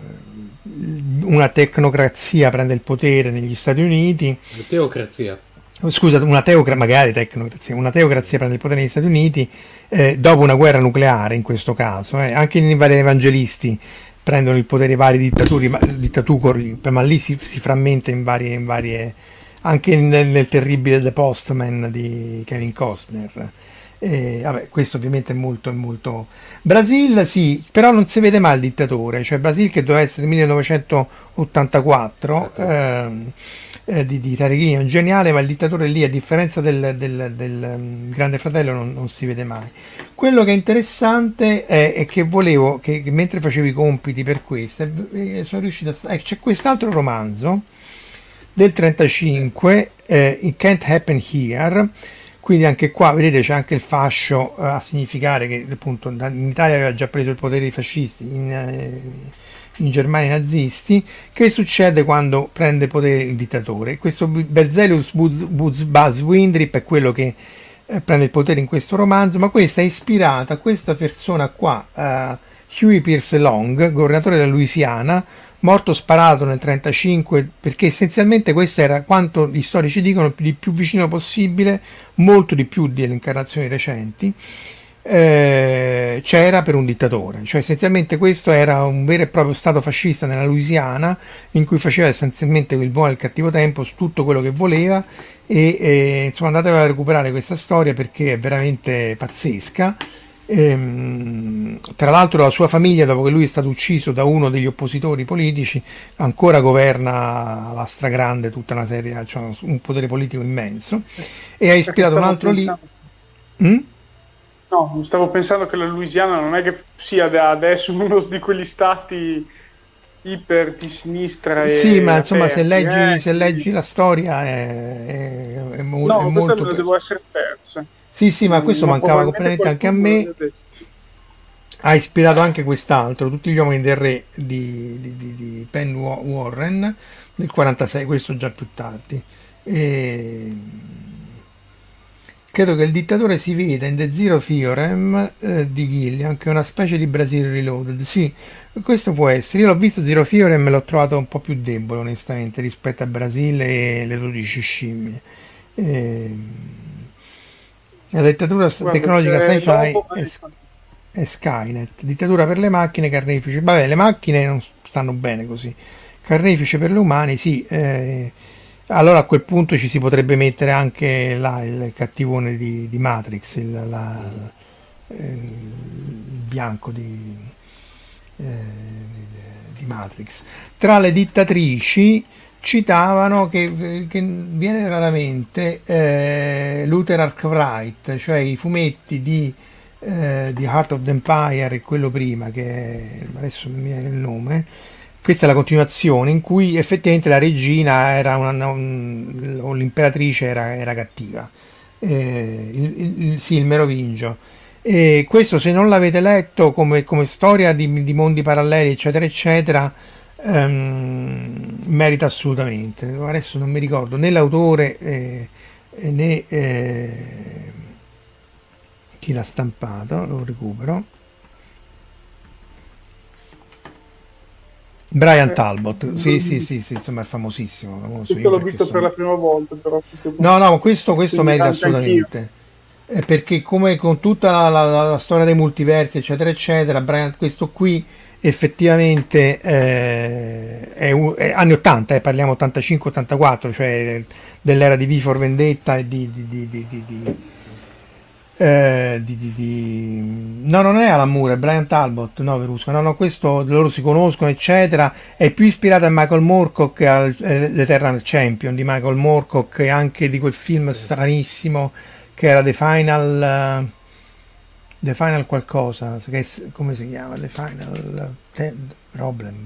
una tecnocrazia prende il potere negli Stati Uniti. Una teocrazia. Scusate, una teocrazia, magari tecnocrazia, una teocrazia prende il potere negli Stati Uniti eh, dopo una guerra nucleare in questo caso. Eh. Anche i vari evangelisti prendono il potere, i vari dittatori, ma, dittatori, ma lì si, si frammenta in varie, in varie anche nel, nel terribile The Postman di Kevin Costner. Eh, vabbè, questo ovviamente è molto, è molto... Brasil sì, però non si vede mai il dittatore, cioè Brasil che doveva essere nel millenovecentottantaquattro eh, eh, di, di Tarichini, è un geniale, ma il dittatore lì, a differenza del, del, del um, Grande Fratello, non, non si vede mai. Quello che è interessante è, è che volevo, che, che mentre facevo i compiti per questo, eh, sono riuscito a... Eh, c'è quest'altro romanzo del trentacinque, eh, It Can't Happen Here. Quindi anche qua, vedete, c'è anche il fascio eh, a significare che appunto in Italia aveva già preso il potere i fascisti, in, eh, in Germania i nazisti. Che succede quando prende potere il dittatore? Questo Berzelius Buzz Windrip è quello che eh, prende il potere in questo romanzo, ma questa è ispirata a questa persona qua, eh, Huey Pierce Long, governatore della Louisiana, morto sparato nel trentacinque, perché essenzialmente questo era quanto gli storici dicono di più vicino possibile, molto di più delle incarnazioni recenti, eh, c'era per un dittatore. Cioè essenzialmente questo era un vero e proprio stato fascista nella Louisiana, in cui faceva essenzialmente il buono e il cattivo tempo su tutto quello che voleva, e, e insomma andatevi a recuperare questa storia perché è veramente pazzesca. Ehm, tra l'altro la sua famiglia, dopo che lui è stato ucciso da uno degli oppositori politici, ancora governa la stragrande tutta una serie, cioè un potere politico immenso, e ha ispirato un altro libro. Mm? No, stavo pensando che la Louisiana non è che sia da adesso uno di quegli stati iper di sinistra. Sì, ma insomma, aperti, se leggi, eh, se leggi la storia è, è, è, mo- no, è molto. No, devo essere persa. Sì, sì, ma questo ma mancava completamente anche a me. Ha ispirato anche quest'altro, Tutti gli uomini del re di, di, di, di Penn Warren del quarantasei, questo già più tardi. E credo che il dittatore si veda in The Zero Theorem eh, di Gilliam, che è una specie di Brasile Reloaded. Sì, questo può essere. Io l'ho visto Zero Theorem e l'ho trovato un po' più debole, onestamente, rispetto a Brasile e le dodici scimmie. E la dittatura Guarda, tecnologica sci-fi è, è Skynet, dittatura per le macchine, carnefici. Vabbè, le macchine non stanno bene così. Carnefici per gli umani, sì. Eh, allora a quel punto ci si potrebbe mettere anche là il cattivone di, di Matrix, il, la, eh, il bianco di, eh, di Matrix. Tra le dittatrici citavano che, che viene raramente eh, Luther Arkwright, cioè i fumetti di, eh, di Heart of the Empire e quello prima, che è, adesso mi viene il nome. Questa è la continuazione in cui effettivamente la regina era una, un, o l'imperatrice era, era cattiva, eh, il, il, sì, il Merovingio. E questo, se non l'avete letto come, come storia di, di mondi paralleli eccetera eccetera, um, merita assolutamente. Adesso non mi ricordo né l'autore eh, né eh, chi l'ha stampato, lo recupero. Brian Talbot, sì, sì, sì, sì, insomma è famosissimo. famoso. Io l'ho visto sono... per la prima volta, però. No, no, questo, questo merita assolutamente. Eh, perché come con tutta la, la, la storia dei multiversi, eccetera, eccetera, Brian, questo qui effettivamente eh, è, è anni ottanta, eh, parliamo ottantacinque ottantaquattro, cioè dell'era di V for Vendetta e di... di, di, di, di, di Eh, di, di, di... no, non è Alan Moore, è Brian Talbot, no, Verusca, no, no, questo loro si conoscono eccetera, è più ispirato a Michael Moorcock, all'Eternal Champion di Michael Moorcock, e anche di quel film stranissimo che era The Final uh, The Final qualcosa, che, come si chiama? The Final uh, Problem,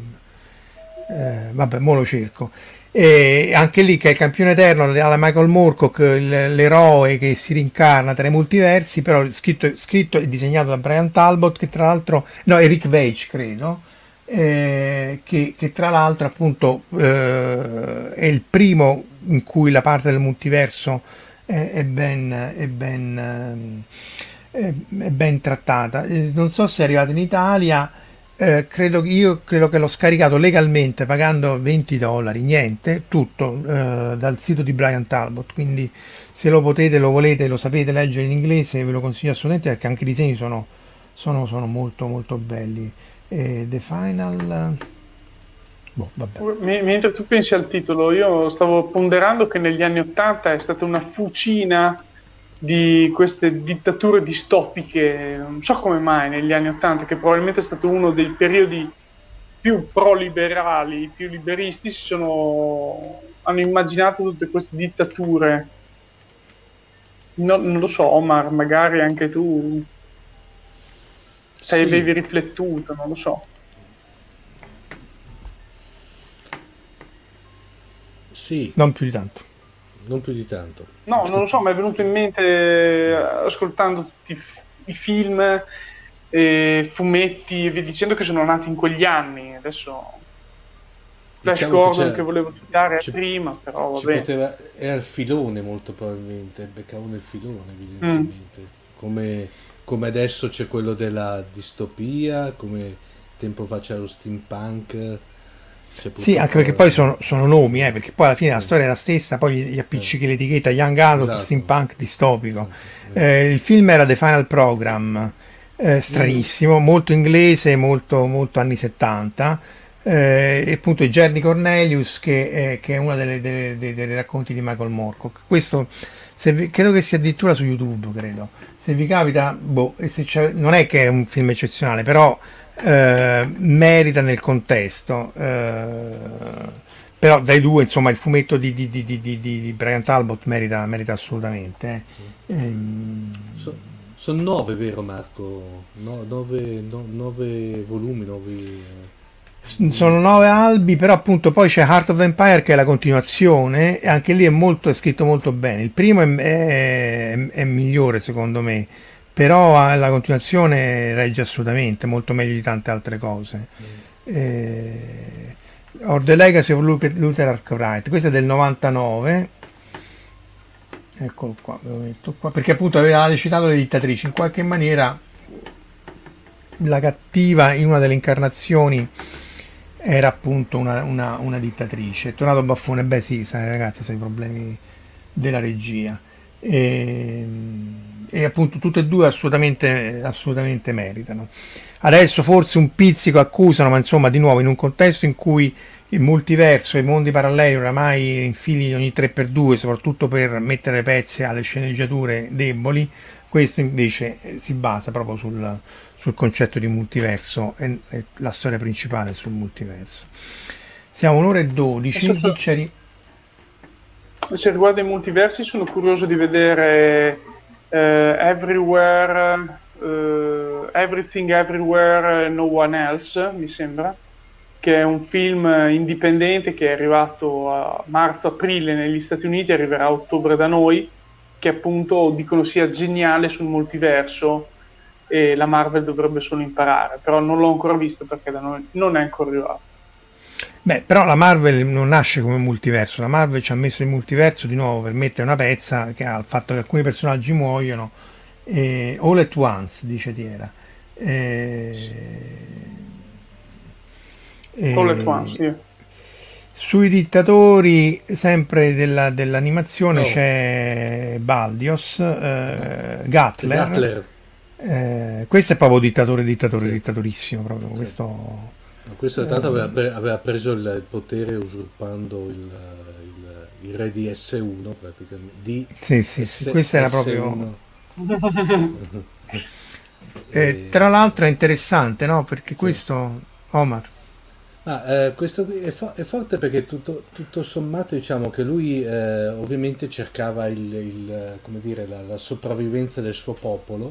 eh, vabbè, mo lo cerco. E anche lì, che è il campione eterno alla Michael Moorcock, l'eroe che si rincarna tra i multiversi, però scritto, scritto e disegnato da Brian Talbot, che tra l'altro, no, Eric Veitch credo, eh, che, che tra l'altro appunto eh, è il primo in cui la parte del multiverso è, è, ben, è, ben, è, è ben trattata. Eh, non so se è arrivato in Italia. Eh, credo che io credo che l'ho scaricato legalmente pagando venti dollari, niente, tutto eh, dal sito di Brian Talbot, quindi se lo potete, lo volete, lo sapete leggere in inglese, ve lo consiglio assolutamente, perché anche i disegni sono, sono, sono molto molto belli. eh, The Final boh, vabbè. M- mentre tu pensi al titolo, io stavo ponderando che negli anni ottanta è stata una fucina di queste dittature distopiche, non so come mai negli anni ottanta, che probabilmente è stato uno dei periodi più pro-liberali, più liberisti, si sono, hanno immaginato tutte queste dittature. No, non lo so, Omar, magari anche tu se sì. avevi riflettuto, non lo so. Sì. Non più di tanto. Non più di tanto. No, non lo so, mi è venuto in mente ascoltando tutti i film, e fumetti e via dicendo, che sono nati in quegli anni. Adesso Flash diciamo Gordon che, che volevo citare prima, però vabbè. Poteva, era il filone molto probabilmente, beccavano il filone evidentemente. Mm. Come, come adesso c'è quello della distopia, come tempo fa c'era lo steampunk. Sì, anche perché poi sono, sono nomi, eh, perché poi alla fine la storia è la stessa, poi gli appiccichi eh. l'etichetta Young Adult, esatto. Steampunk, distopico. Esatto. Eh, il film era The Final Program, eh, stranissimo, mm. molto inglese, molto, molto anni settanta, eh, e appunto i Jerry Cornelius, che è, che è uno delle, delle, dei, dei racconti di Michael Moorcock. Questo se vi, credo che sia addirittura su YouTube, credo. Se vi capita, boh, e se c'è, non è che è un film eccezionale, però eh, merita nel contesto. Eh, però dai due, insomma, il fumetto di, di, di, di, di, di Brian Talbot merita, merita assolutamente. Eh. Ehm, so, sono nove, vero Marco? No, nove, no, nove volumi, nove... Sono nove albi, però appunto poi c'è Heart of Empire, che è la continuazione, e anche lì è molto, è scritto molto bene. Il primo è, è, è migliore secondo me, però la continuazione regge assolutamente, molto meglio di tante altre cose. Mm. Eh, Or the Legacy of Luther Arkwright, questo è del novantanove, eccolo qua, ve lo metto qua, perché appunto aveva citato le dittatrici. In qualche maniera la cattiva in una delle incarnazioni era appunto una, una, una dittatrice. È tornato Baffone, beh sì, sai, ragazzi, sono i problemi della regia, e, e appunto tutte e due assolutamente, assolutamente meritano. Adesso forse un pizzico accusano, ma insomma di nuovo in un contesto in cui il multiverso e i mondi paralleli oramai infili ogni tre per due, soprattutto per mettere pezzi alle sceneggiature deboli, questo invece si basa proprio sul, sul concetto di multiverso, e, e la storia principale è sul multiverso. Siamo un'ora e dodici. Se riguarda i multiversi, sono curioso di vedere uh, Everywhere, uh, Everything Everywhere No One Else, mi sembra, che è un film indipendente che è arrivato a marzo-aprile negli Stati Uniti, arriverà a ottobre da noi, che appunto dicono sia geniale sul multiverso, e la Marvel dovrebbe solo imparare, però non l'ho ancora visto perché da noi non è ancora arrivato. Beh, però la Marvel non nasce come multiverso, la Marvel ci ha messo il multiverso di nuovo per mettere una pezza che ha il fatto che alcuni personaggi muoiono, eh, all at once, dice Tiera. Eh, eh, all at once, sì. Sui dittatori, sempre della, dell'animazione, oh. c'è Baldios, eh, Gatler. Gatler. Eh, questo è proprio dittatore, dittatore, sì. dittatorissimo proprio. Sì. Questo, questo tanto aveva, pre- aveva preso il, il potere usurpando il, il, il re di S uno praticamente. Di sì, sì, S- sì, questo era proprio. eh, tra l'altro è interessante, no? Perché questo, sì. Omar. Ah, eh, questo è, fo- è forte perché tutto, tutto sommato diciamo che lui eh, ovviamente cercava il, il, come dire, la, la sopravvivenza del suo popolo,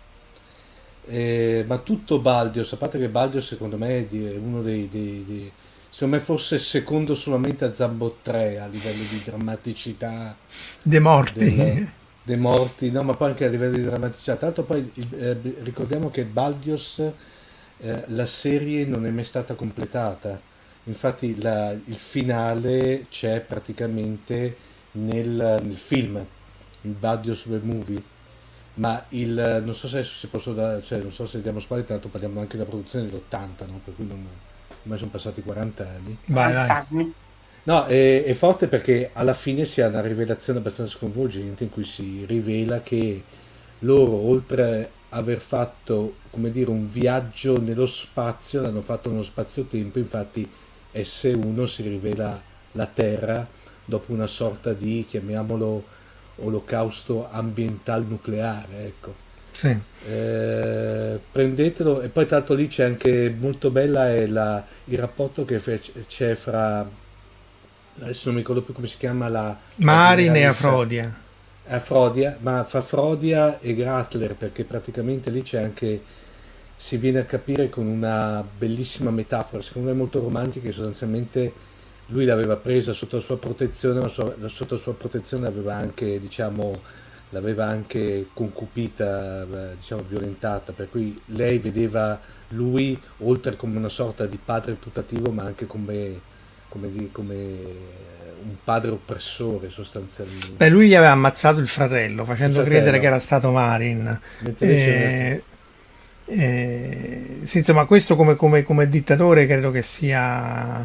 eh, ma tutto Baldios, a parte che Baldios secondo me è, di, è uno dei, dei, dei secondo me forse secondo solamente a Zambo tre a livello di drammaticità dei morti del, dei morti, no, ma poi anche a livello di drammaticità. Tra l'altro poi eh, ricordiamo che Baldios Eh, la serie non è mai stata completata, infatti la, il finale c'è praticamente nel, nel film, il Baldios the Movie, ma il, non so se si posso da, cioè non so se diamo spazio, tanto parliamo anche della produzione dell'ottanta, no? Per cui non, ormai sono passati quaranta anni. Vai, vai. No, è, è forte perché alla fine si ha una rivelazione abbastanza sconvolgente in cui si rivela che loro, oltre aver fatto, come dire, un viaggio nello spazio, l'hanno fatto nello spazio-tempo, infatti S uno si rivela la Terra dopo una sorta di, chiamiamolo, olocausto ambiental nucleare, ecco. Sì. Eh, prendetelo, e poi tanto lì c'è anche molto bella è la, il rapporto che c'è fra, adesso non mi ricordo più come si chiama, la Marin e Afrodia. Afrodia, ma fa Frodia e Gatler, perché praticamente lì c'è anche, si viene a capire con una bellissima metafora, secondo me molto romantica, che sostanzialmente lui l'aveva presa sotto la sua protezione, ma sua, sotto la sua protezione l'aveva anche, diciamo, l'aveva anche concupita, diciamo, violentata, per cui lei vedeva lui oltre come una sorta di padre putativo, ma anche come, come, come un padre oppressore sostanzialmente. Beh, lui gli aveva ammazzato il fratello facendo il fratello. credere che era stato Marin. Eh, eh, sì, insomma, questo come, come, come dittatore credo che sia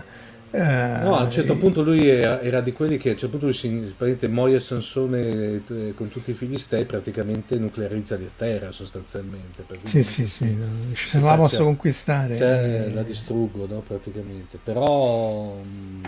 Eh, No, a un certo punto lui era, era di quelli che a un certo punto lui si praticamente muoie Sansone eh, con tutti i filistei, praticamente nuclearizza la terra sostanzialmente. Per cui sì, dice sì, che sì, si- no, si se non la faccia- posso conquistare. se eh, la distruggo, no, praticamente. Però mm,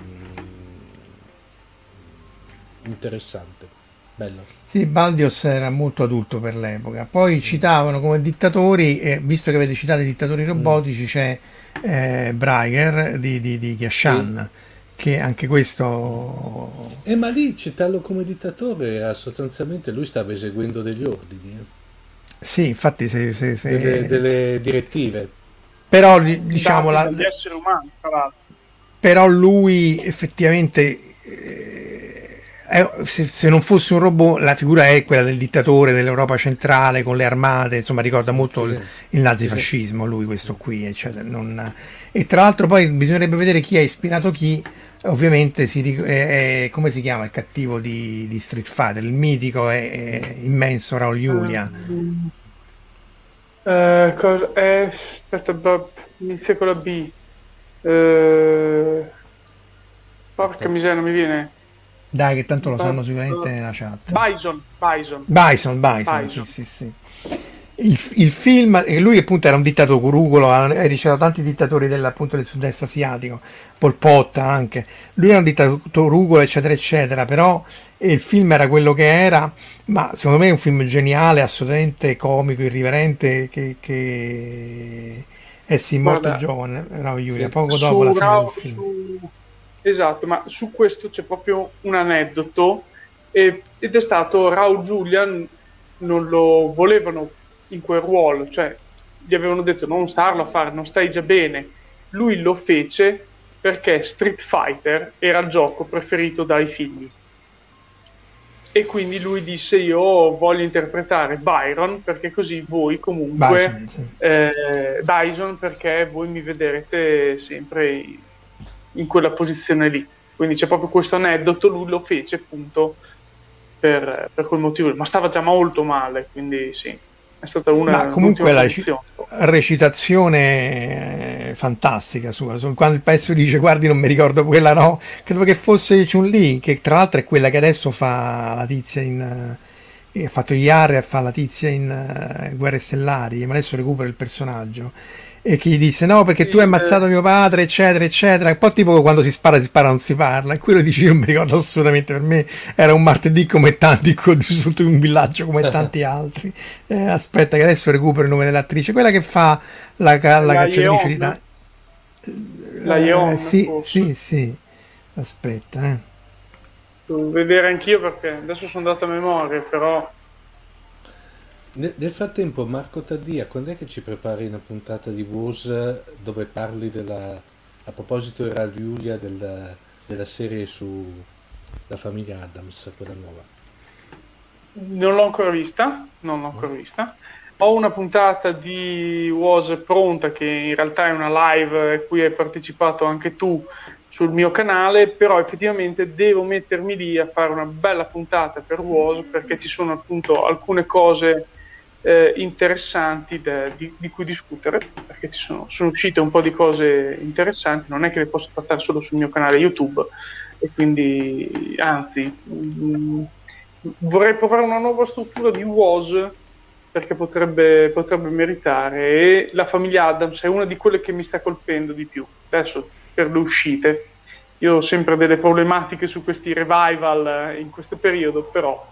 interessante, bello. Sì, Baldios era molto adulto per l'epoca. Poi citavano come dittatori, e visto che avete citato i dittatori robotici, c'è eh, Braiger di, di, di Kiashan, che anche questo... E ma lì citarlo come dittatore era sostanzialmente lui stava eseguendo degli ordini, eh, Sì, infatti, se, se- se- delle, delle direttive. però di- diciamo, dati la- dagli esseri umani, tra l'altro. però lui effettivamente, eh, è- se, se non fosse un robot, la figura è quella del dittatore dell'Europa centrale con le armate, insomma ricorda molto il, il nazifascismo, lui questo qui, eccetera. Non- e tra l'altro poi bisognerebbe vedere chi ha ispirato chi. Ovviamente si, ric- è, è- come si chiama il cattivo di, di Street Fighter, il mitico e è immenso Raul Julia. Eh, cosa, eh, aspetta, Bob, inizia con la B. Eh, porca miseria, non mi viene. Dai, che tanto lo sanno Ba- sicuramente nella chat. Bison, Bison. Bison, Bison, Bison. sì, sì, sì. Il, il film, e lui appunto era un dittatore curugolo, ha ha ricevuto tanti dittatori del, appunto, del sud-est asiatico, Pol Pot anche. Lui era un dittatore curugolo, eccetera, eccetera, però il film era quello che era, ma secondo me è un film geniale, assolutamente comico, irriverente, che, che è sì, molto Guarda, giovane, Raul Julia, sì, poco Su dopo la fine del Rao- film. su- Esatto, ma su questo c'è proprio un aneddoto e- ed è stato Raul Julian, non lo volevano in quel ruolo, cioè gli avevano detto non starlo a fare, non stai già bene. Lui lo fece perché Street Fighter era il gioco preferito dai figli. E quindi lui disse io voglio interpretare Byron perché così voi comunque Bison, sì. eh, Bison perché voi mi vedrete sempre in quella posizione lì. Quindi c'è proprio questo aneddoto, lui lo fece appunto per, per quel motivo, ma stava già molto male, quindi sì, è stata una Ma comunque un'ultima la posizione. recitazione eh, fantastica sua. Su- quando il pezzo dice guardi non mi ricordo quella, no, credo che fosse Chun-Li, che tra l'altro è quella che adesso fa la tizia in eh, ha fatto Yar e fa la tizia in eh, Guerre Stellari, ma adesso recupero il personaggio, e che gli disse no perché tu hai ammazzato mio padre, eccetera eccetera, un po' tipo quando si spara si spara non si parla, e quello dice io non mi ricordo assolutamente, per me era un martedì come tanti, co- vissuto in un villaggio come tanti altri. Eh, aspetta che adesso recupero il nome dell'attrice, quella che fa la, ca- la La cacciatrice di Yeon. ta- La Eh, Yeon, sì, forse. sì, sì, aspetta, eh. Devo vedere anch'io perché adesso sono andato a memoria, però Ne- Nel frattempo, Marco Taddia, quando è che ci prepari una puntata di W O S dove parli della, a proposito era Giulia della, della serie su la famiglia Adams, quella nuova? non l'ho ancora vista, non l'ho ancora vista. Ho una puntata di W O S pronta che in realtà è una live a cui hai partecipato anche tu sul mio canale, però effettivamente devo mettermi lì a fare una bella puntata per W O S perché ci sono appunto alcune cose eh, interessanti da- di, di cui discutere, perché ci sono, sono uscite un po' di cose interessanti, non è che le posso trattare solo sul mio canale YouTube, e quindi anzi mh, vorrei provare una nuova struttura di W O S perché potrebbe, potrebbe meritare, e la famiglia Adams è una di quelle che mi sta colpendo di più adesso per le uscite. Io ho sempre delle problematiche su questi revival eh, in questo periodo, però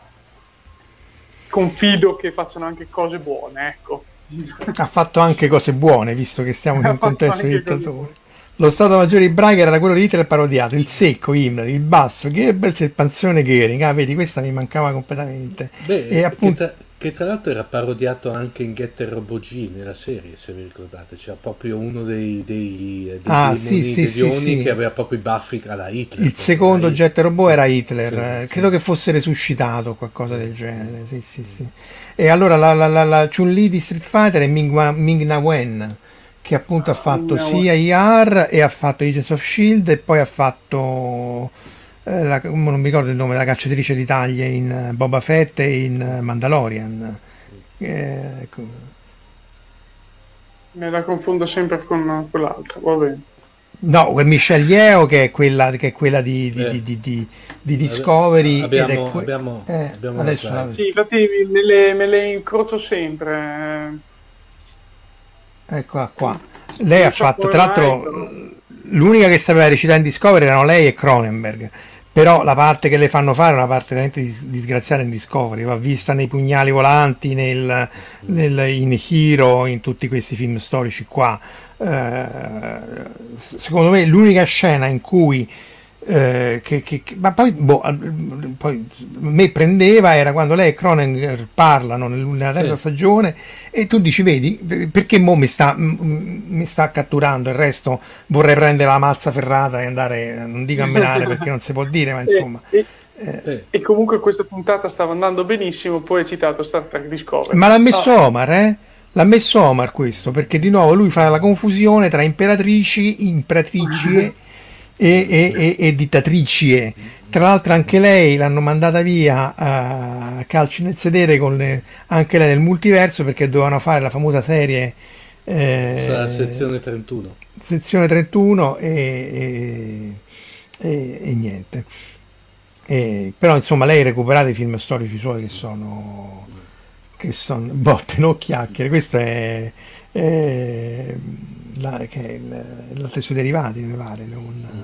confido che facciano anche cose buone, ecco. Ha fatto anche cose buone, visto che stiamo in Ha un fatto contesto di anche cose dittatura. buone. Lo stato maggiore di Braga era quello di Hitler parodiato, il secco, Himmler, il basso, Goebbels e il panzone Goering. Ah, vedi, questa mi mancava completamente. Beh, E appunto, che, tra, che tra l'altro era parodiato anche in Getter Robot G nella serie, se vi ricordate, c'era proprio uno dei, dei, dei Ah, demoni, sì, sì, degli sì, oni sì. che aveva proprio i baffi alla Hitler. il proprio, secondo era jet robot Hitler. era Hitler, Sì, eh, sì. credo che fosse resuscitato o qualcosa del genere. Sì, sì, sì. E allora la, la, la, la Chun-Li di Street Fighter è Ming, Ming-Na Wen, che appunto ha fatto Ming-Na sia I R e ha fatto Agents of Shield e poi ha fatto eh, la- non mi ricordo il nome, la cacciatrice di taglie in eh, Boba Fett e in eh, Mandalorian. Eh, ecco. Me la confondo sempre con quell'altra, va bene. No, quel Michelle Yeoh che è quella, che è quella di, di, Eh. di, di, di, di Discovery. Abbiamo- ed è que- abbiamo- eh, abbiamo adesso una la- slide. Sì, infatti me le, me le incrocio sempre. Eccola qua. Lei ha Non so fatto, come tra mai, l'altro, però. l'unica che sapeva recitare in Discovery erano lei e Cronenberg. Però la parte che le fanno fare è una parte veramente dis- disgraziata in Discovery. Va vista nei Pugnali Volanti, nel, nel- in Hero, in tutti questi film storici qua. Eh, secondo me l'unica scena in cui eh, che, che- che- ma poi, boh, al- poi me prendeva era quando lei e Cronenberg parlano nel- nella terza Sì. stagione e tu dici vedi per- perché mo mi sta, m- mi sta catturando, il resto vorrei prendere la mazza ferrata e andare, non dico a menare perché non si può dire, ma insomma. E, Eh, e comunque questa puntata stava andando benissimo, poi è citato Star Trek Discovery. Ma l'ha messo No, Omar, eh? L'ha messo Omar questo, perché di nuovo lui fa la confusione tra imperatrici, imperatrici e, e, e- e dittatrici. Tra l'altro anche lei l'hanno mandata via a calci nel sedere con le- anche lei nel multiverso perché dovevano fare la famosa serie eh, sulla sezione trentuno. sezione trentuno e, e- e- e niente. E- però insomma lei recupera dei film storici suoi che sono che sono botte, no chiacchiere. Questo è, è la, che è il- l'altro sui derivati, mi pare. non-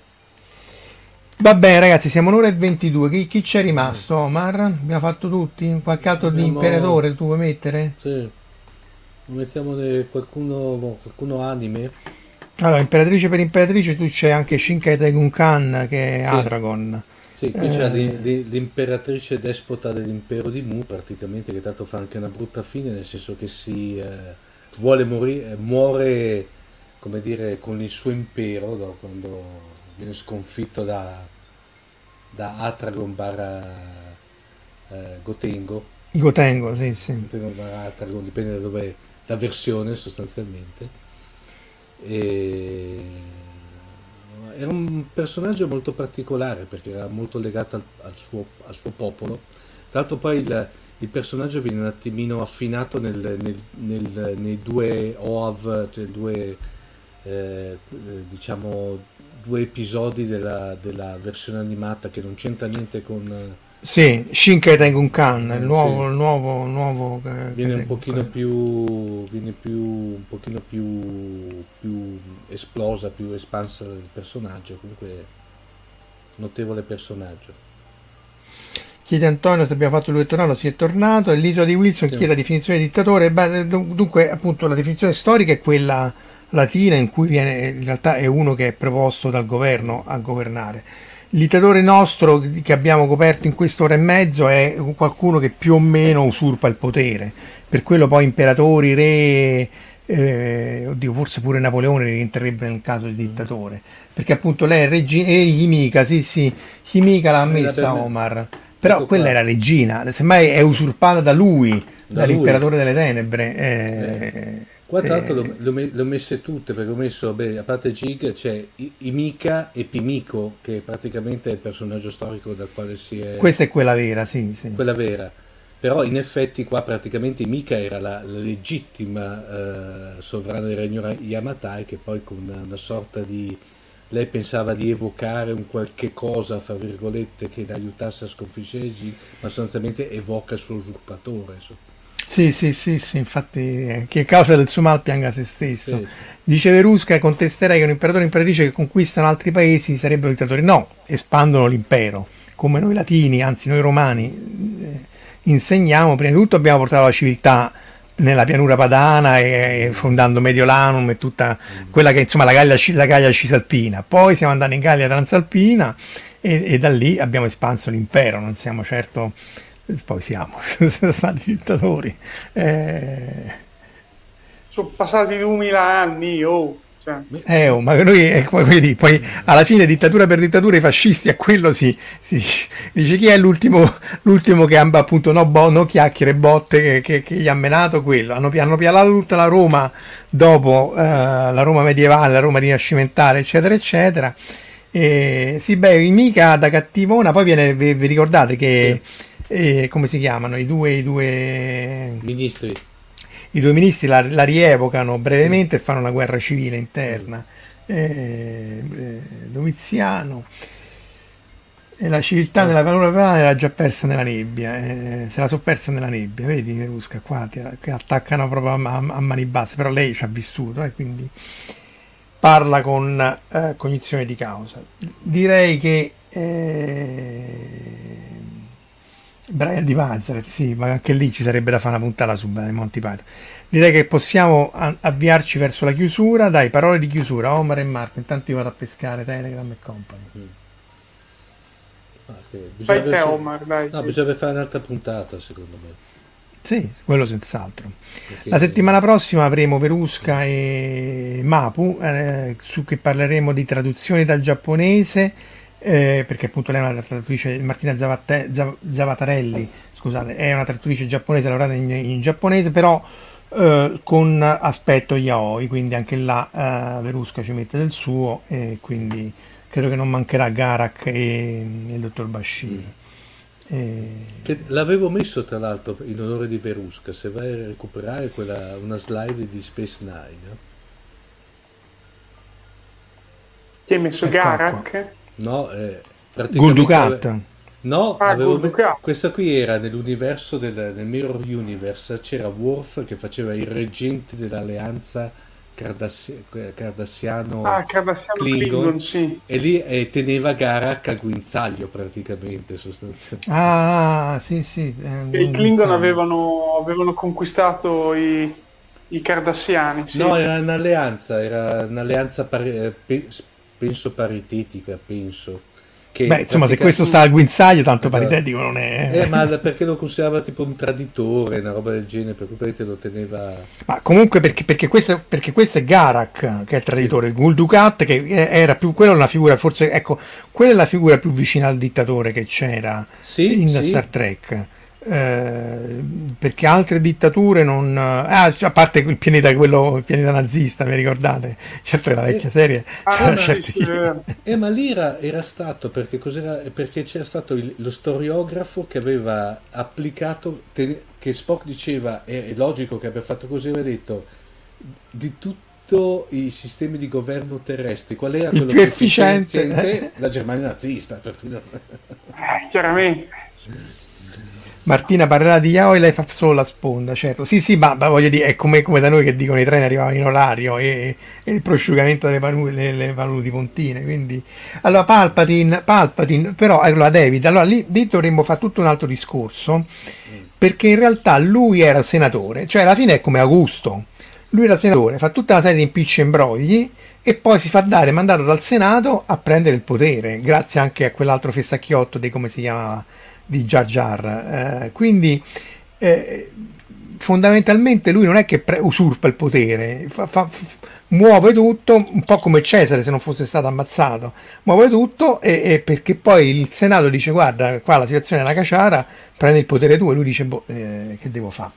Va bene ragazzi, siamo un'ora e ventidue. Chi, chi c'è rimasto? Omar? Abbiamo fatto tutti? Qualche altro di Abbiamo- imperatore tu vuoi mettere? Sì. Mettiamo de- qualcuno, boh, qualcuno anime. Allora, imperatrice per imperatrice tu c'è anche Shinkai Taegun Khan che è Sì. Adragon. Sì, qui c'è Eh. di- di- l'imperatrice despota dell'impero di Mu, praticamente, che tanto fa anche una brutta fine, nel senso che si eh, vuole morire, muore, come dire, con il suo impero, da quando viene sconfitto da, da Atragon barra eh, Gotengo. Gotengo, sì, sì. Gotengo barra Atragon, dipende da dove, la versione sostanzialmente. E... era un personaggio molto particolare perché era molto legato al, al suo, al suo popolo. Tra l'altro poi il, il personaggio viene un attimino affinato nel, nel, nel, nei due O A V, cioè due, eh, diciamo, due episodi della, della versione animata che non c'entra niente con... Sì, Shinkai Taegun Khan, il Eh, nuovo, sì. il nuovo, nuovo eh, viene un che- pochino più viene più un pochino più più esplosa, più espansa il personaggio. Comunque notevole personaggio. Chiede Antonio se abbiamo fatto lui è tornato, si è tornato. E l'isola di Wilson Sì. chiede la definizione di dittatore. Beh, dunque, appunto, la definizione storica è quella latina in cui viene, in realtà è uno che è preposto dal governo a governare. Il dittatore nostro che abbiamo coperto in quest'ora e mezzo è qualcuno che più o meno usurpa il potere. Per quello poi imperatori, re, eh, oddio, forse pure Napoleone rientrerebbe nel caso di dittatore. Perché appunto lei è regina, e Himika, sì sì, Himika l'ha messa l'abbiamo- Omar. Però Ecco quella qua. era regina, semmai è usurpata da lui, Da dall'imperatore delle tenebre. eh, Qua tra eh, l'altro le ho me- le ho messe tutte perché ho messo, beh, a parte Jig c'è I- Imika e Pimiko, che praticamente è il personaggio storico dal quale si è Questa è quella vera, sì, sì. quella vera. Però in effetti qua praticamente Imika era la, la legittima eh, sovrana del regno Ra- Yamatai, che poi con una, una sorta di... lei pensava di evocare un qualche cosa, fra virgolette, che la aiutasse a sconfiggere Jin, ma sostanzialmente evoca il suo usurpatore. insomma. Sì, sì, sì, sì, infatti eh, che a causa del suo mal pianga se stesso. Sì. Dice Verusca, contesterei che un imperatore e un'imperatrice che conquistano altri paesi sarebbero dittatori. No, espandono l'impero, come noi latini, anzi noi romani eh, insegniamo. Prima di tutto abbiamo portato la civiltà nella pianura padana e, e fondando Mediolanum e tutta quella che insomma la Gallia, la Gallia Cisalpina. Poi siamo andati in Gallia Transalpina e, e da lì abbiamo espanso l'impero, non siamo certo... Poi siamo, siamo stati dittatori. Eh, Sono passati duemila anni, oh. Cioè, eh, oh, ma noi, eh, poi, poi, poi alla fine dittatura per dittatura i fascisti a quello si, si dice, dice chi è l'ultimo, l'ultimo che ha appunto no, bo, no chiacchiere botte che, che, che gli ha menato quello. Hanno, hanno piallato tutta la Roma dopo eh, la Roma medievale, la Roma rinascimentale, eccetera, eccetera. E, sì, beh, mica da cattivona, poi viene, vi, vi ricordate che eh, come si chiamano i due, i due Ministri. i due ministri la, la rievocano brevemente e fanno una guerra civile interna. eh, eh, Domiziano. E la civiltà della paura papale era già persa nella nebbia, eh, se la so persa nella nebbia, vedi Verusca qua ti, che attaccano proprio a, a mani basse, però lei ci ha vissuto e eh, quindi parla con eh, cognizione di causa. Direi che eh, Brian di Nazareth, sì, ma anche lì ci sarebbe da fare una puntata su Monty Python. Direi che possiamo avviarci verso la chiusura. Dai, parole di chiusura, Omar e Marco, intanto io vado a pescare Telegram e company. Mm. Ah, Fai te, Omar, dai. No, bisogna fare un'altra puntata, secondo me. Sì, quello senz'altro. Perché la settimana prossima avremo Verusca e Mapu, eh, su che parleremo di traduzioni dal giapponese, eh, perché appunto lei è una traduttrice, Martina Zavatte, Zav, Zavatarelli, scusate, è una traduttrice giapponese, lavorata in, in giapponese, però eh, con aspetto yaoi, quindi anche là eh, Verusca ci mette del suo e quindi credo che non mancherà Garak e, e il dottor Bashir. Mm. E... Che l'avevo messo tra l'altro in onore di Verusca, se vai a recuperare quella, una slide di Space Nine. Ti hai messo ecco Garak? Qua. No, eh, praticamente Guldukat. No, ah, avevo me... questa qui era nell'universo del nel Mirror Universe, c'era Worf che faceva il reggente dell'alleanza Cardassi... Cardassiano, ah, Cardassiano Klingon, Klingon sì. E lì eh, teneva Garak al guinzaglio praticamente, sostanzialmente. Ah, sì, sì. I Klingon avevano, avevano conquistato i, i Cardassiani. Sì. No, era un'alleanza, era un'alleanza pari... penso paritetica, penso. Che Beh, insomma, se questo sta al guinzaglio, tanto paritetico non è. Eh, ma perché lo considerava tipo un traditore, una roba del genere, per cui lo teneva. Ma comunque perché, perché, questo, perché questo è Garak che è il traditore, sì. Guldukat che era più, quella è una figura, forse, ecco, quella è la figura più vicina al dittatore che c'era sì, in sì. Star Trek. Eh, perché altre dittature non ah, a parte il pianeta quello il pianeta nazista, vi ricordate? Certo che la vecchia serie ah, no, certi... sì, eh, ma lì era, era stato perché cos'era perché c'era stato il, lo storiografo che aveva applicato te, che Spock diceva è, è logico che abbia fatto così, aveva detto di tutti i sistemi di governo terrestri qual era quello più più efficiente, efficiente? La Germania nazista per cui... eh, chiaramente. Martina parlerà di yaoi, lei fa solo la sponda, certo. Sì, sì, ma, ma voglio dire, è come, come da noi che dicono i treni arrivavano in orario e, e il prosciugamento delle paludi, le, le paludi pontine, quindi... Allora, Palpatine, Palpatine, però, allora, David, allora lì, lì dovremmo fare tutto un altro discorso, perché in realtà lui era senatore, cioè alla fine è come Augusto, lui era senatore, fa tutta una serie di impicci e imbrogli e poi si fa dare mandato dal Senato a prendere il potere, grazie anche a quell'altro fessacchiotto di come si chiamava, di Jar Jar, eh, quindi eh, fondamentalmente lui non è che pre- usurpa il potere, fa, fa, f- muove tutto un po' come Cesare se non fosse stato ammazzato, muove tutto e, e perché poi il Senato dice guarda qua la situazione è una caciara, prendi il potere tu e lui dice boh, eh, che devo fare.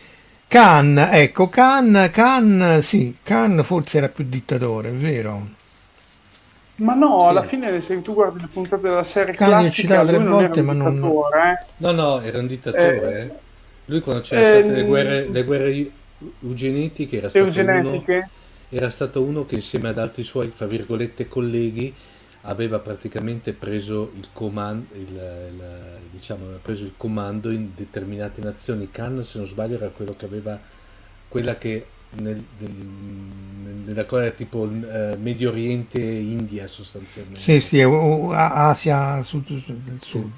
Khan, ecco Khan, Khan sì, Khan forse era più dittatore, è vero? Ma no, sì. Alla fine se tu guardi le puntate della serie Khan classica, lui non volte, era un ma dittatore, non... eh. No, no, era un dittatore. Eh, lui quando c'erano eh, state le guerre, le guerre eugenetiche era stato, uno, era stato uno che insieme ad altri suoi, fra virgolette, colleghi, aveva praticamente preso il comando, il, il, diciamo, aveva preso il comando in determinate nazioni. Khan, se non sbaglio, era quello che aveva quella che Nel, nel, nella cosa tipo uh, Medio Oriente e India sostanzialmente. Sì, sì, Asia sud, del sud.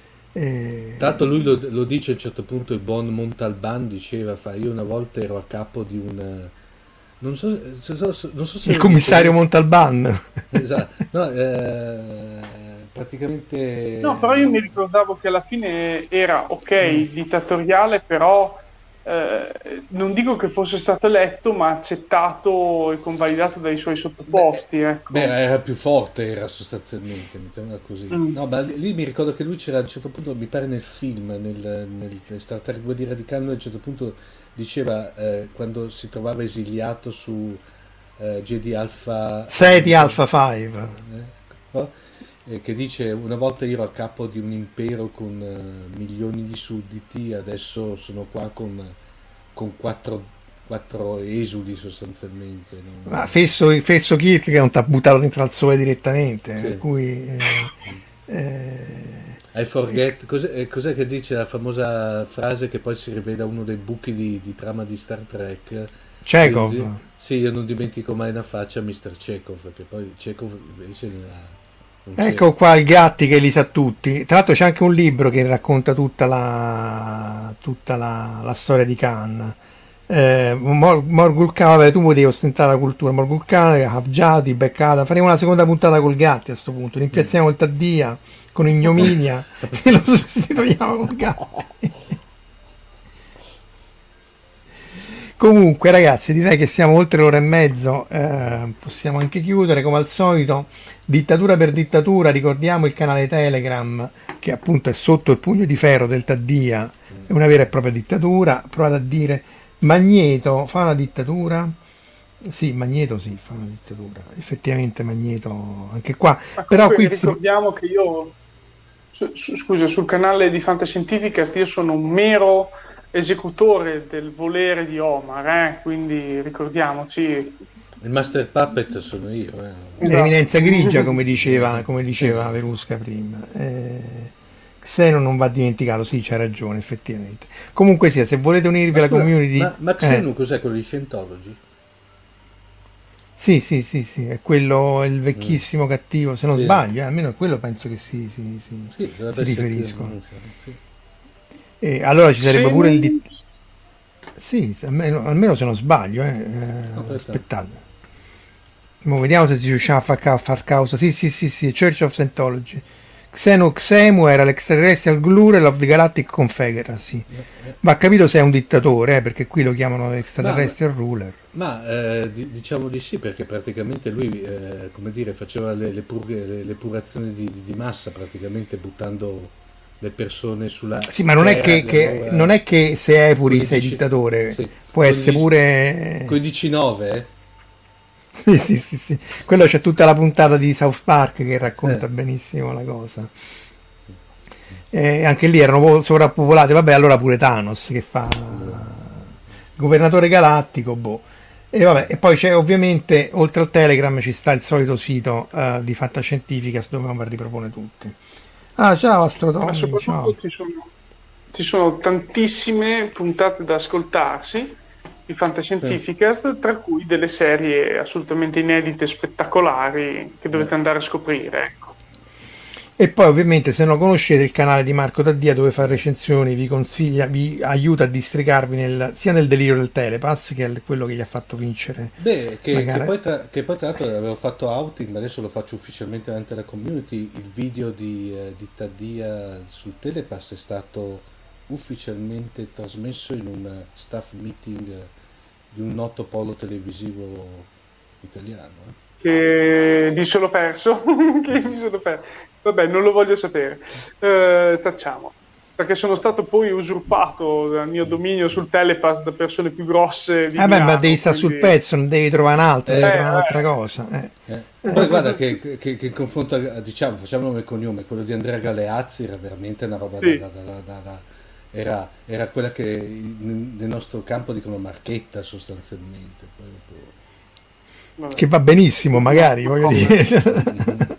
E... Tanto lui lo, lo dice a un certo punto, il buon Montalban diceva, fa, io una volta ero a capo di un... Non so, non so, non so se... Il commissario dico... Montalban. Esatto, no, eh, praticamente... No, però io mi ricordavo che alla fine era ok, mm. dittatoriale, però... Eh, non dico che fosse stato eletto, ma accettato e convalidato dai suoi sottoposti. Beh, ecco. beh era più forte, era sostanzialmente, mettiamola così. Mm. No, ma lì mi ricordo che lui c'era a un certo punto, mi pare nel film, nel, nel, nel Star Trek due di Radicale, a un certo punto diceva, eh, quando si trovava esiliato su eh, Jedi Alpha... sei di Alpha cinque. Eh, oh, eh, che dice, una volta ero a capo di un impero con uh, milioni di sudditi, adesso sono qua con, con quattro quattro esuli sostanzialmente. No? Ma Fesso, Fesso Kirk che non ti ha buttato dentro al sole direttamente, sì. Per cui... Eh, eh, I forget, cos'è, cos'è che dice la famosa frase che poi si rivela uno dei buchi di, di trama di Star Trek? Chekhov. Io, sì, io non dimentico mai una faccia mister Chekhov, che poi Chekhov invece non ha, ecco qua il Gatti che li sa tutti. Tra l'altro c'è anche un libro che racconta tutta la tutta la, la storia di Khan. Eh, Mor- Morgul Khan, vabbè, tu potevi ostentare la cultura. Morgul Khan, Hafjati, Beccata. Faremo una seconda puntata col Gatti a sto punto. Rimpiazziamo il Taddia con ignominia e lo sostituiamo con Gatti. Comunque ragazzi, direi che siamo oltre l'ora e mezzo, eh, possiamo anche chiudere come al solito. Dittatura per dittatura, ricordiamo il canale Telegram che appunto è sotto il pugno di ferro del Taddia, è una vera e propria dittatura. Provate a dire Magneto fa una dittatura? Sì, Magneto sì, fa una dittatura, effettivamente Magneto anche qua. Ma però qui ricordiamo che io su, su, scusa, sul canale di Fantascientificast io sono un mero esecutore del volere di Omar, eh? Quindi ricordiamoci. Il Master Puppet sono io, eh. L'eminenza grigia, come diceva, come diceva Verusca prima. Eh, Xeno non va dimenticato, sì, c'ha ragione, effettivamente. Comunque sia, se volete unirvi alla community... Ma, ma Xeno eh. cos'è quello di Scientology? Sì, sì, sì, sì, è quello, il vecchissimo mm. cattivo, se non sì. sbaglio, eh, almeno quello penso che sì, sì, sì, sì si riferiscono. Sì. E allora ci sarebbe sì. pure il di... sì, almeno, almeno se non sbaglio, eh. Eh, aspettate. Mo vediamo se si riusciamo a far, ca- far causa. Sì, sì, sì, sì, Church of Scientology. Xeno Xemu era l'extraterrestrial Glurel of the Galactic Confederacy. Va capito se è un dittatore, eh, perché qui lo chiamano extraterrestrial ma, ruler. Ma eh, d- diciamo di sì, perché praticamente lui, eh, come dire, faceva le, le, purghe, le, le purazioni di, di massa, praticamente buttando le persone sulla... Sì, ma non è che, che, allora, non è che se Epuri sei dici, dittatore, sì, può essere dici, pure... Con i diciannove, eh? Sì, sì, sì, sì. Quello c'è tutta la puntata di South Park che racconta eh. benissimo la cosa. E anche lì erano sovrappopolate, vabbè, allora pure Thanos che fa governatore galattico, boh. E vabbè, e poi c'è ovviamente, oltre al Telegram, ci sta il solito sito uh, di Fantascientificast dove vi ripropone tutti. Ah, ciao Astrotommy, ma soprattutto ciao. Ci sono, ci sono tantissime puntate da ascoltarsi di Fantascientificast, sì. Tra cui delle serie assolutamente inedite, spettacolari, che dovete andare a scoprire, ecco. E poi ovviamente se non conoscete il canale di Marco Taddia dove fa recensioni, vi consiglia, vi aiuta a districarvi nel, sia nel delirio del Telepass, che è quello che gli ha fatto vincere. Beh, che, che, poi, tra, che poi tra l'altro avevo fatto outing, ma adesso lo faccio ufficialmente davanti alla community. Il video di, eh, di Taddia sul Telepass è stato ufficialmente trasmesso in un staff meeting di un noto polo televisivo italiano. Eh. Che mi sono perso, che mi sono perso. Vabbè, non lo voglio sapere. Eh, tacciamo. Perché sono stato poi usurpato dal mio dominio sul Telepass da persone più grosse di eh Milano, beh, ma devi stare quindi... sul pezzo, non devi trovare un'altra, eh, devi trovare un'altra eh, cosa. Eh. Eh. Poi guarda che, che, che il confronto, diciamo, facciamo nome e cognome, quello di Andrea Galeazzi era veramente una roba sì. da, da, da, da, da era, era quella che nel nostro campo dicono marchetta sostanzialmente. Poi, che va benissimo, magari, voglio dire.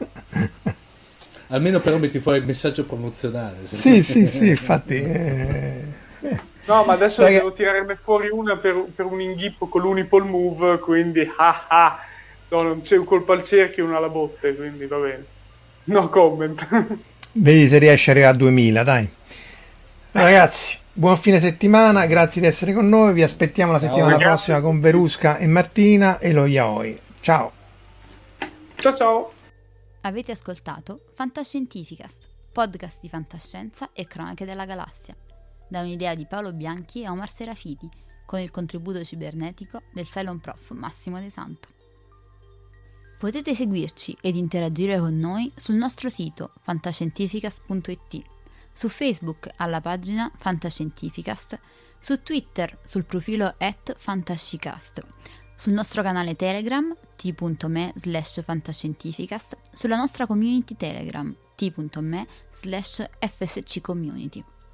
Almeno però metti fuori il messaggio promozionale. Sì, sì, sì, infatti. Eh... No, ma adesso Raga... devo tirarne fuori una per, per un inghippo con l'Unipol Move, quindi ah ah, no, non c'è un colpo al cerchio e una alla botte, quindi va bene. No comment. Vedi se riesci a arrivare a duemila, dai. Ragazzi, buon fine settimana, grazie di essere con noi, vi aspettiamo la settimana ciao, prossima con Verusca e Martina e lo Yaoi. Ciao. Ciao ciao. Avete ascoltato Fantascientificast, podcast di fantascienza e cronache della galassia, da un'idea di Paolo Bianchi e Omar Serafiti, con il contributo cibernetico del Cylon Prof Massimo De Santo. Potete seguirci ed interagire con noi sul nostro sito fantascientificast punto it, su Facebook alla pagina Fantascientificast, su Twitter sul profilo at fantascicast, sul nostro canale Telegram t.me slash fantascientificast, sulla nostra community Telegram t.me slash fsccommunity.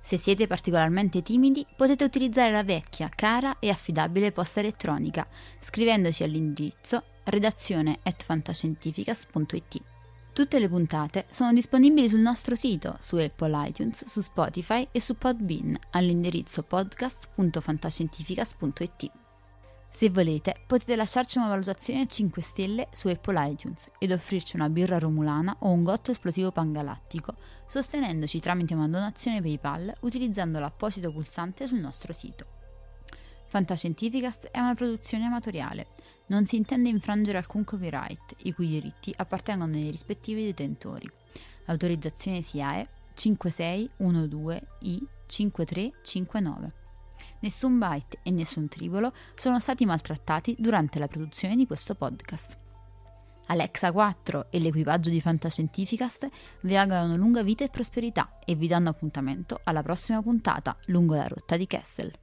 Se siete particolarmente timidi, potete utilizzare la vecchia, cara e affidabile posta elettronica, scrivendoci all'indirizzo redazione at fantascientificast punto it. Tutte le puntate sono disponibili sul nostro sito, su Apple iTunes, su Spotify e su Podbean, all'indirizzo podcast punto fantascientificast punto it. Se volete, potete lasciarci una valutazione a cinque stelle su Apple iTunes ed offrirci una birra romulana o un gotto esplosivo pangalattico, sostenendoci tramite una donazione PayPal utilizzando l'apposito pulsante sul nostro sito. Fantascientificast è una produzione amatoriale. Non si intende infrangere alcun copyright, i cui diritti appartengono ai rispettivi detentori. Autorizzazione S I A E cinque sei uno due I cinque tre cinque nove. Nessun byte e nessun tribolo sono stati maltrattati durante la produzione di questo podcast. Alexa quattro e l'equipaggio di Fantascientificast vi augurano lunga vita e prosperità e vi danno appuntamento alla prossima puntata lungo la rotta di Kessel.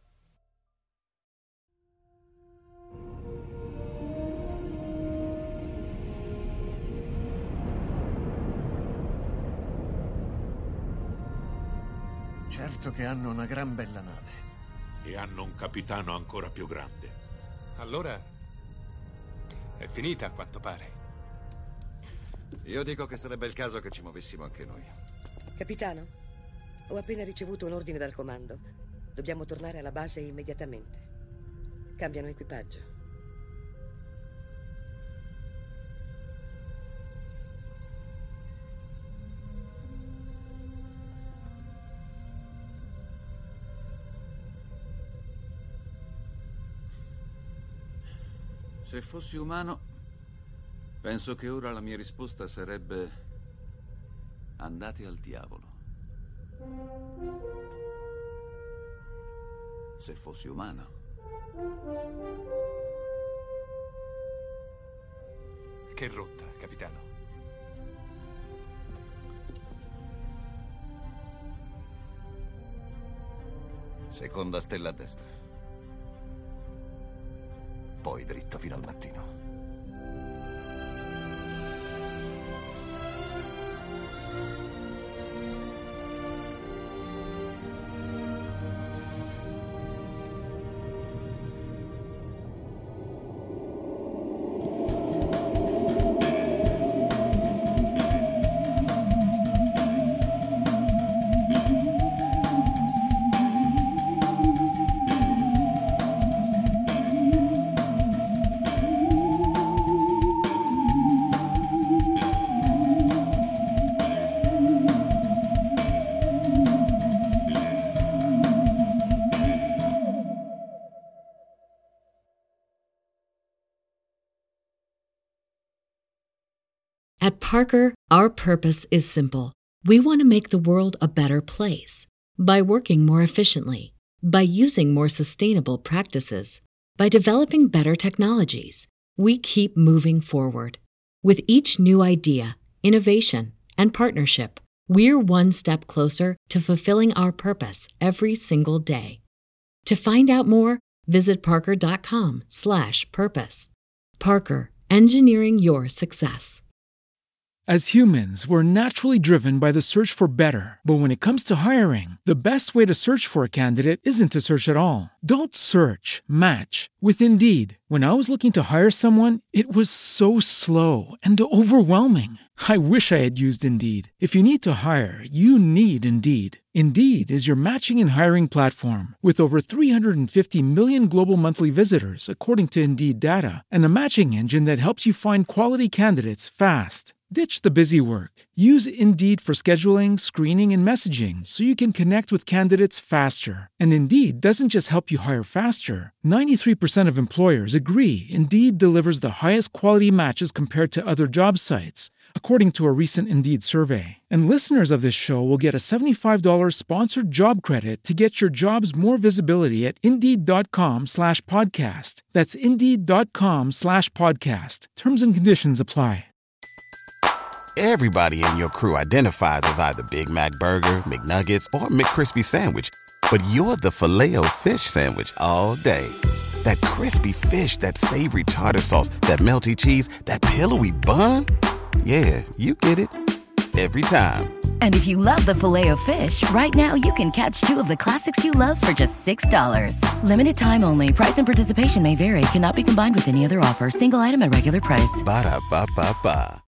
Certo che hanno una gran bella nave. E hanno un capitano ancora più grande. Allora è finita, a quanto pare. Io dico che sarebbe il caso che ci muovessimo anche noi. Capitano, ho appena ricevuto un ordine dal comando. Dobbiamo tornare alla base immediatamente. Cambiano equipaggio. Se fossi umano, penso che ora la mia risposta sarebbe: andate al diavolo. Se fossi umano. Che rotta, capitano? Seconda stella a destra. Poi dritto fino al mattino. At Parker, our purpose is simple. We want to make the world a better place by working more efficiently, by using more sustainable practices, by developing better technologies. We keep moving forward. With each new idea, innovation, and partnership, we're one step closer to fulfilling our purpose every single day. To find out more, visit parker.com slash purpose. Parker, engineering your success. As humans, we're naturally driven by the search for better. But when it comes to hiring, the best way to search for a candidate isn't to search at all. Don't search, match with Indeed. When I was looking to hire someone, it was so slow and overwhelming. I wish I had used Indeed. If you need to hire, you need Indeed. Indeed is your matching and hiring platform with over three hundred fifty million global monthly visitors, according to Indeed data, and a matching engine that helps you find quality candidates fast. Ditch the busy work. Use Indeed for scheduling, screening, and messaging so you can connect with candidates faster. And Indeed doesn't just help you hire faster. ninety-three percent of employers agree Indeed delivers the highest quality matches compared to other job sites, according to a recent Indeed survey. And listeners of this show will get a seventy-five dollars sponsored job credit to get your jobs more visibility at Indeed.com slash podcast. That's Indeed.com slash podcast. Terms and conditions apply. Everybody in your crew identifies as either Big Mac Burger, McNuggets, or McCrispy Sandwich. But you're the Filet-O-Fish Sandwich all day. That crispy fish, that savory tartar sauce, that melty cheese, that pillowy bun. Yeah, you get it. every time. And if you love the Filet-O-Fish, right now you can catch two of the classics you love for just six dollars. Limited time only. Price and participation may vary. Cannot be combined with any other offer. Single item at regular price. Ba-da-ba-ba-ba.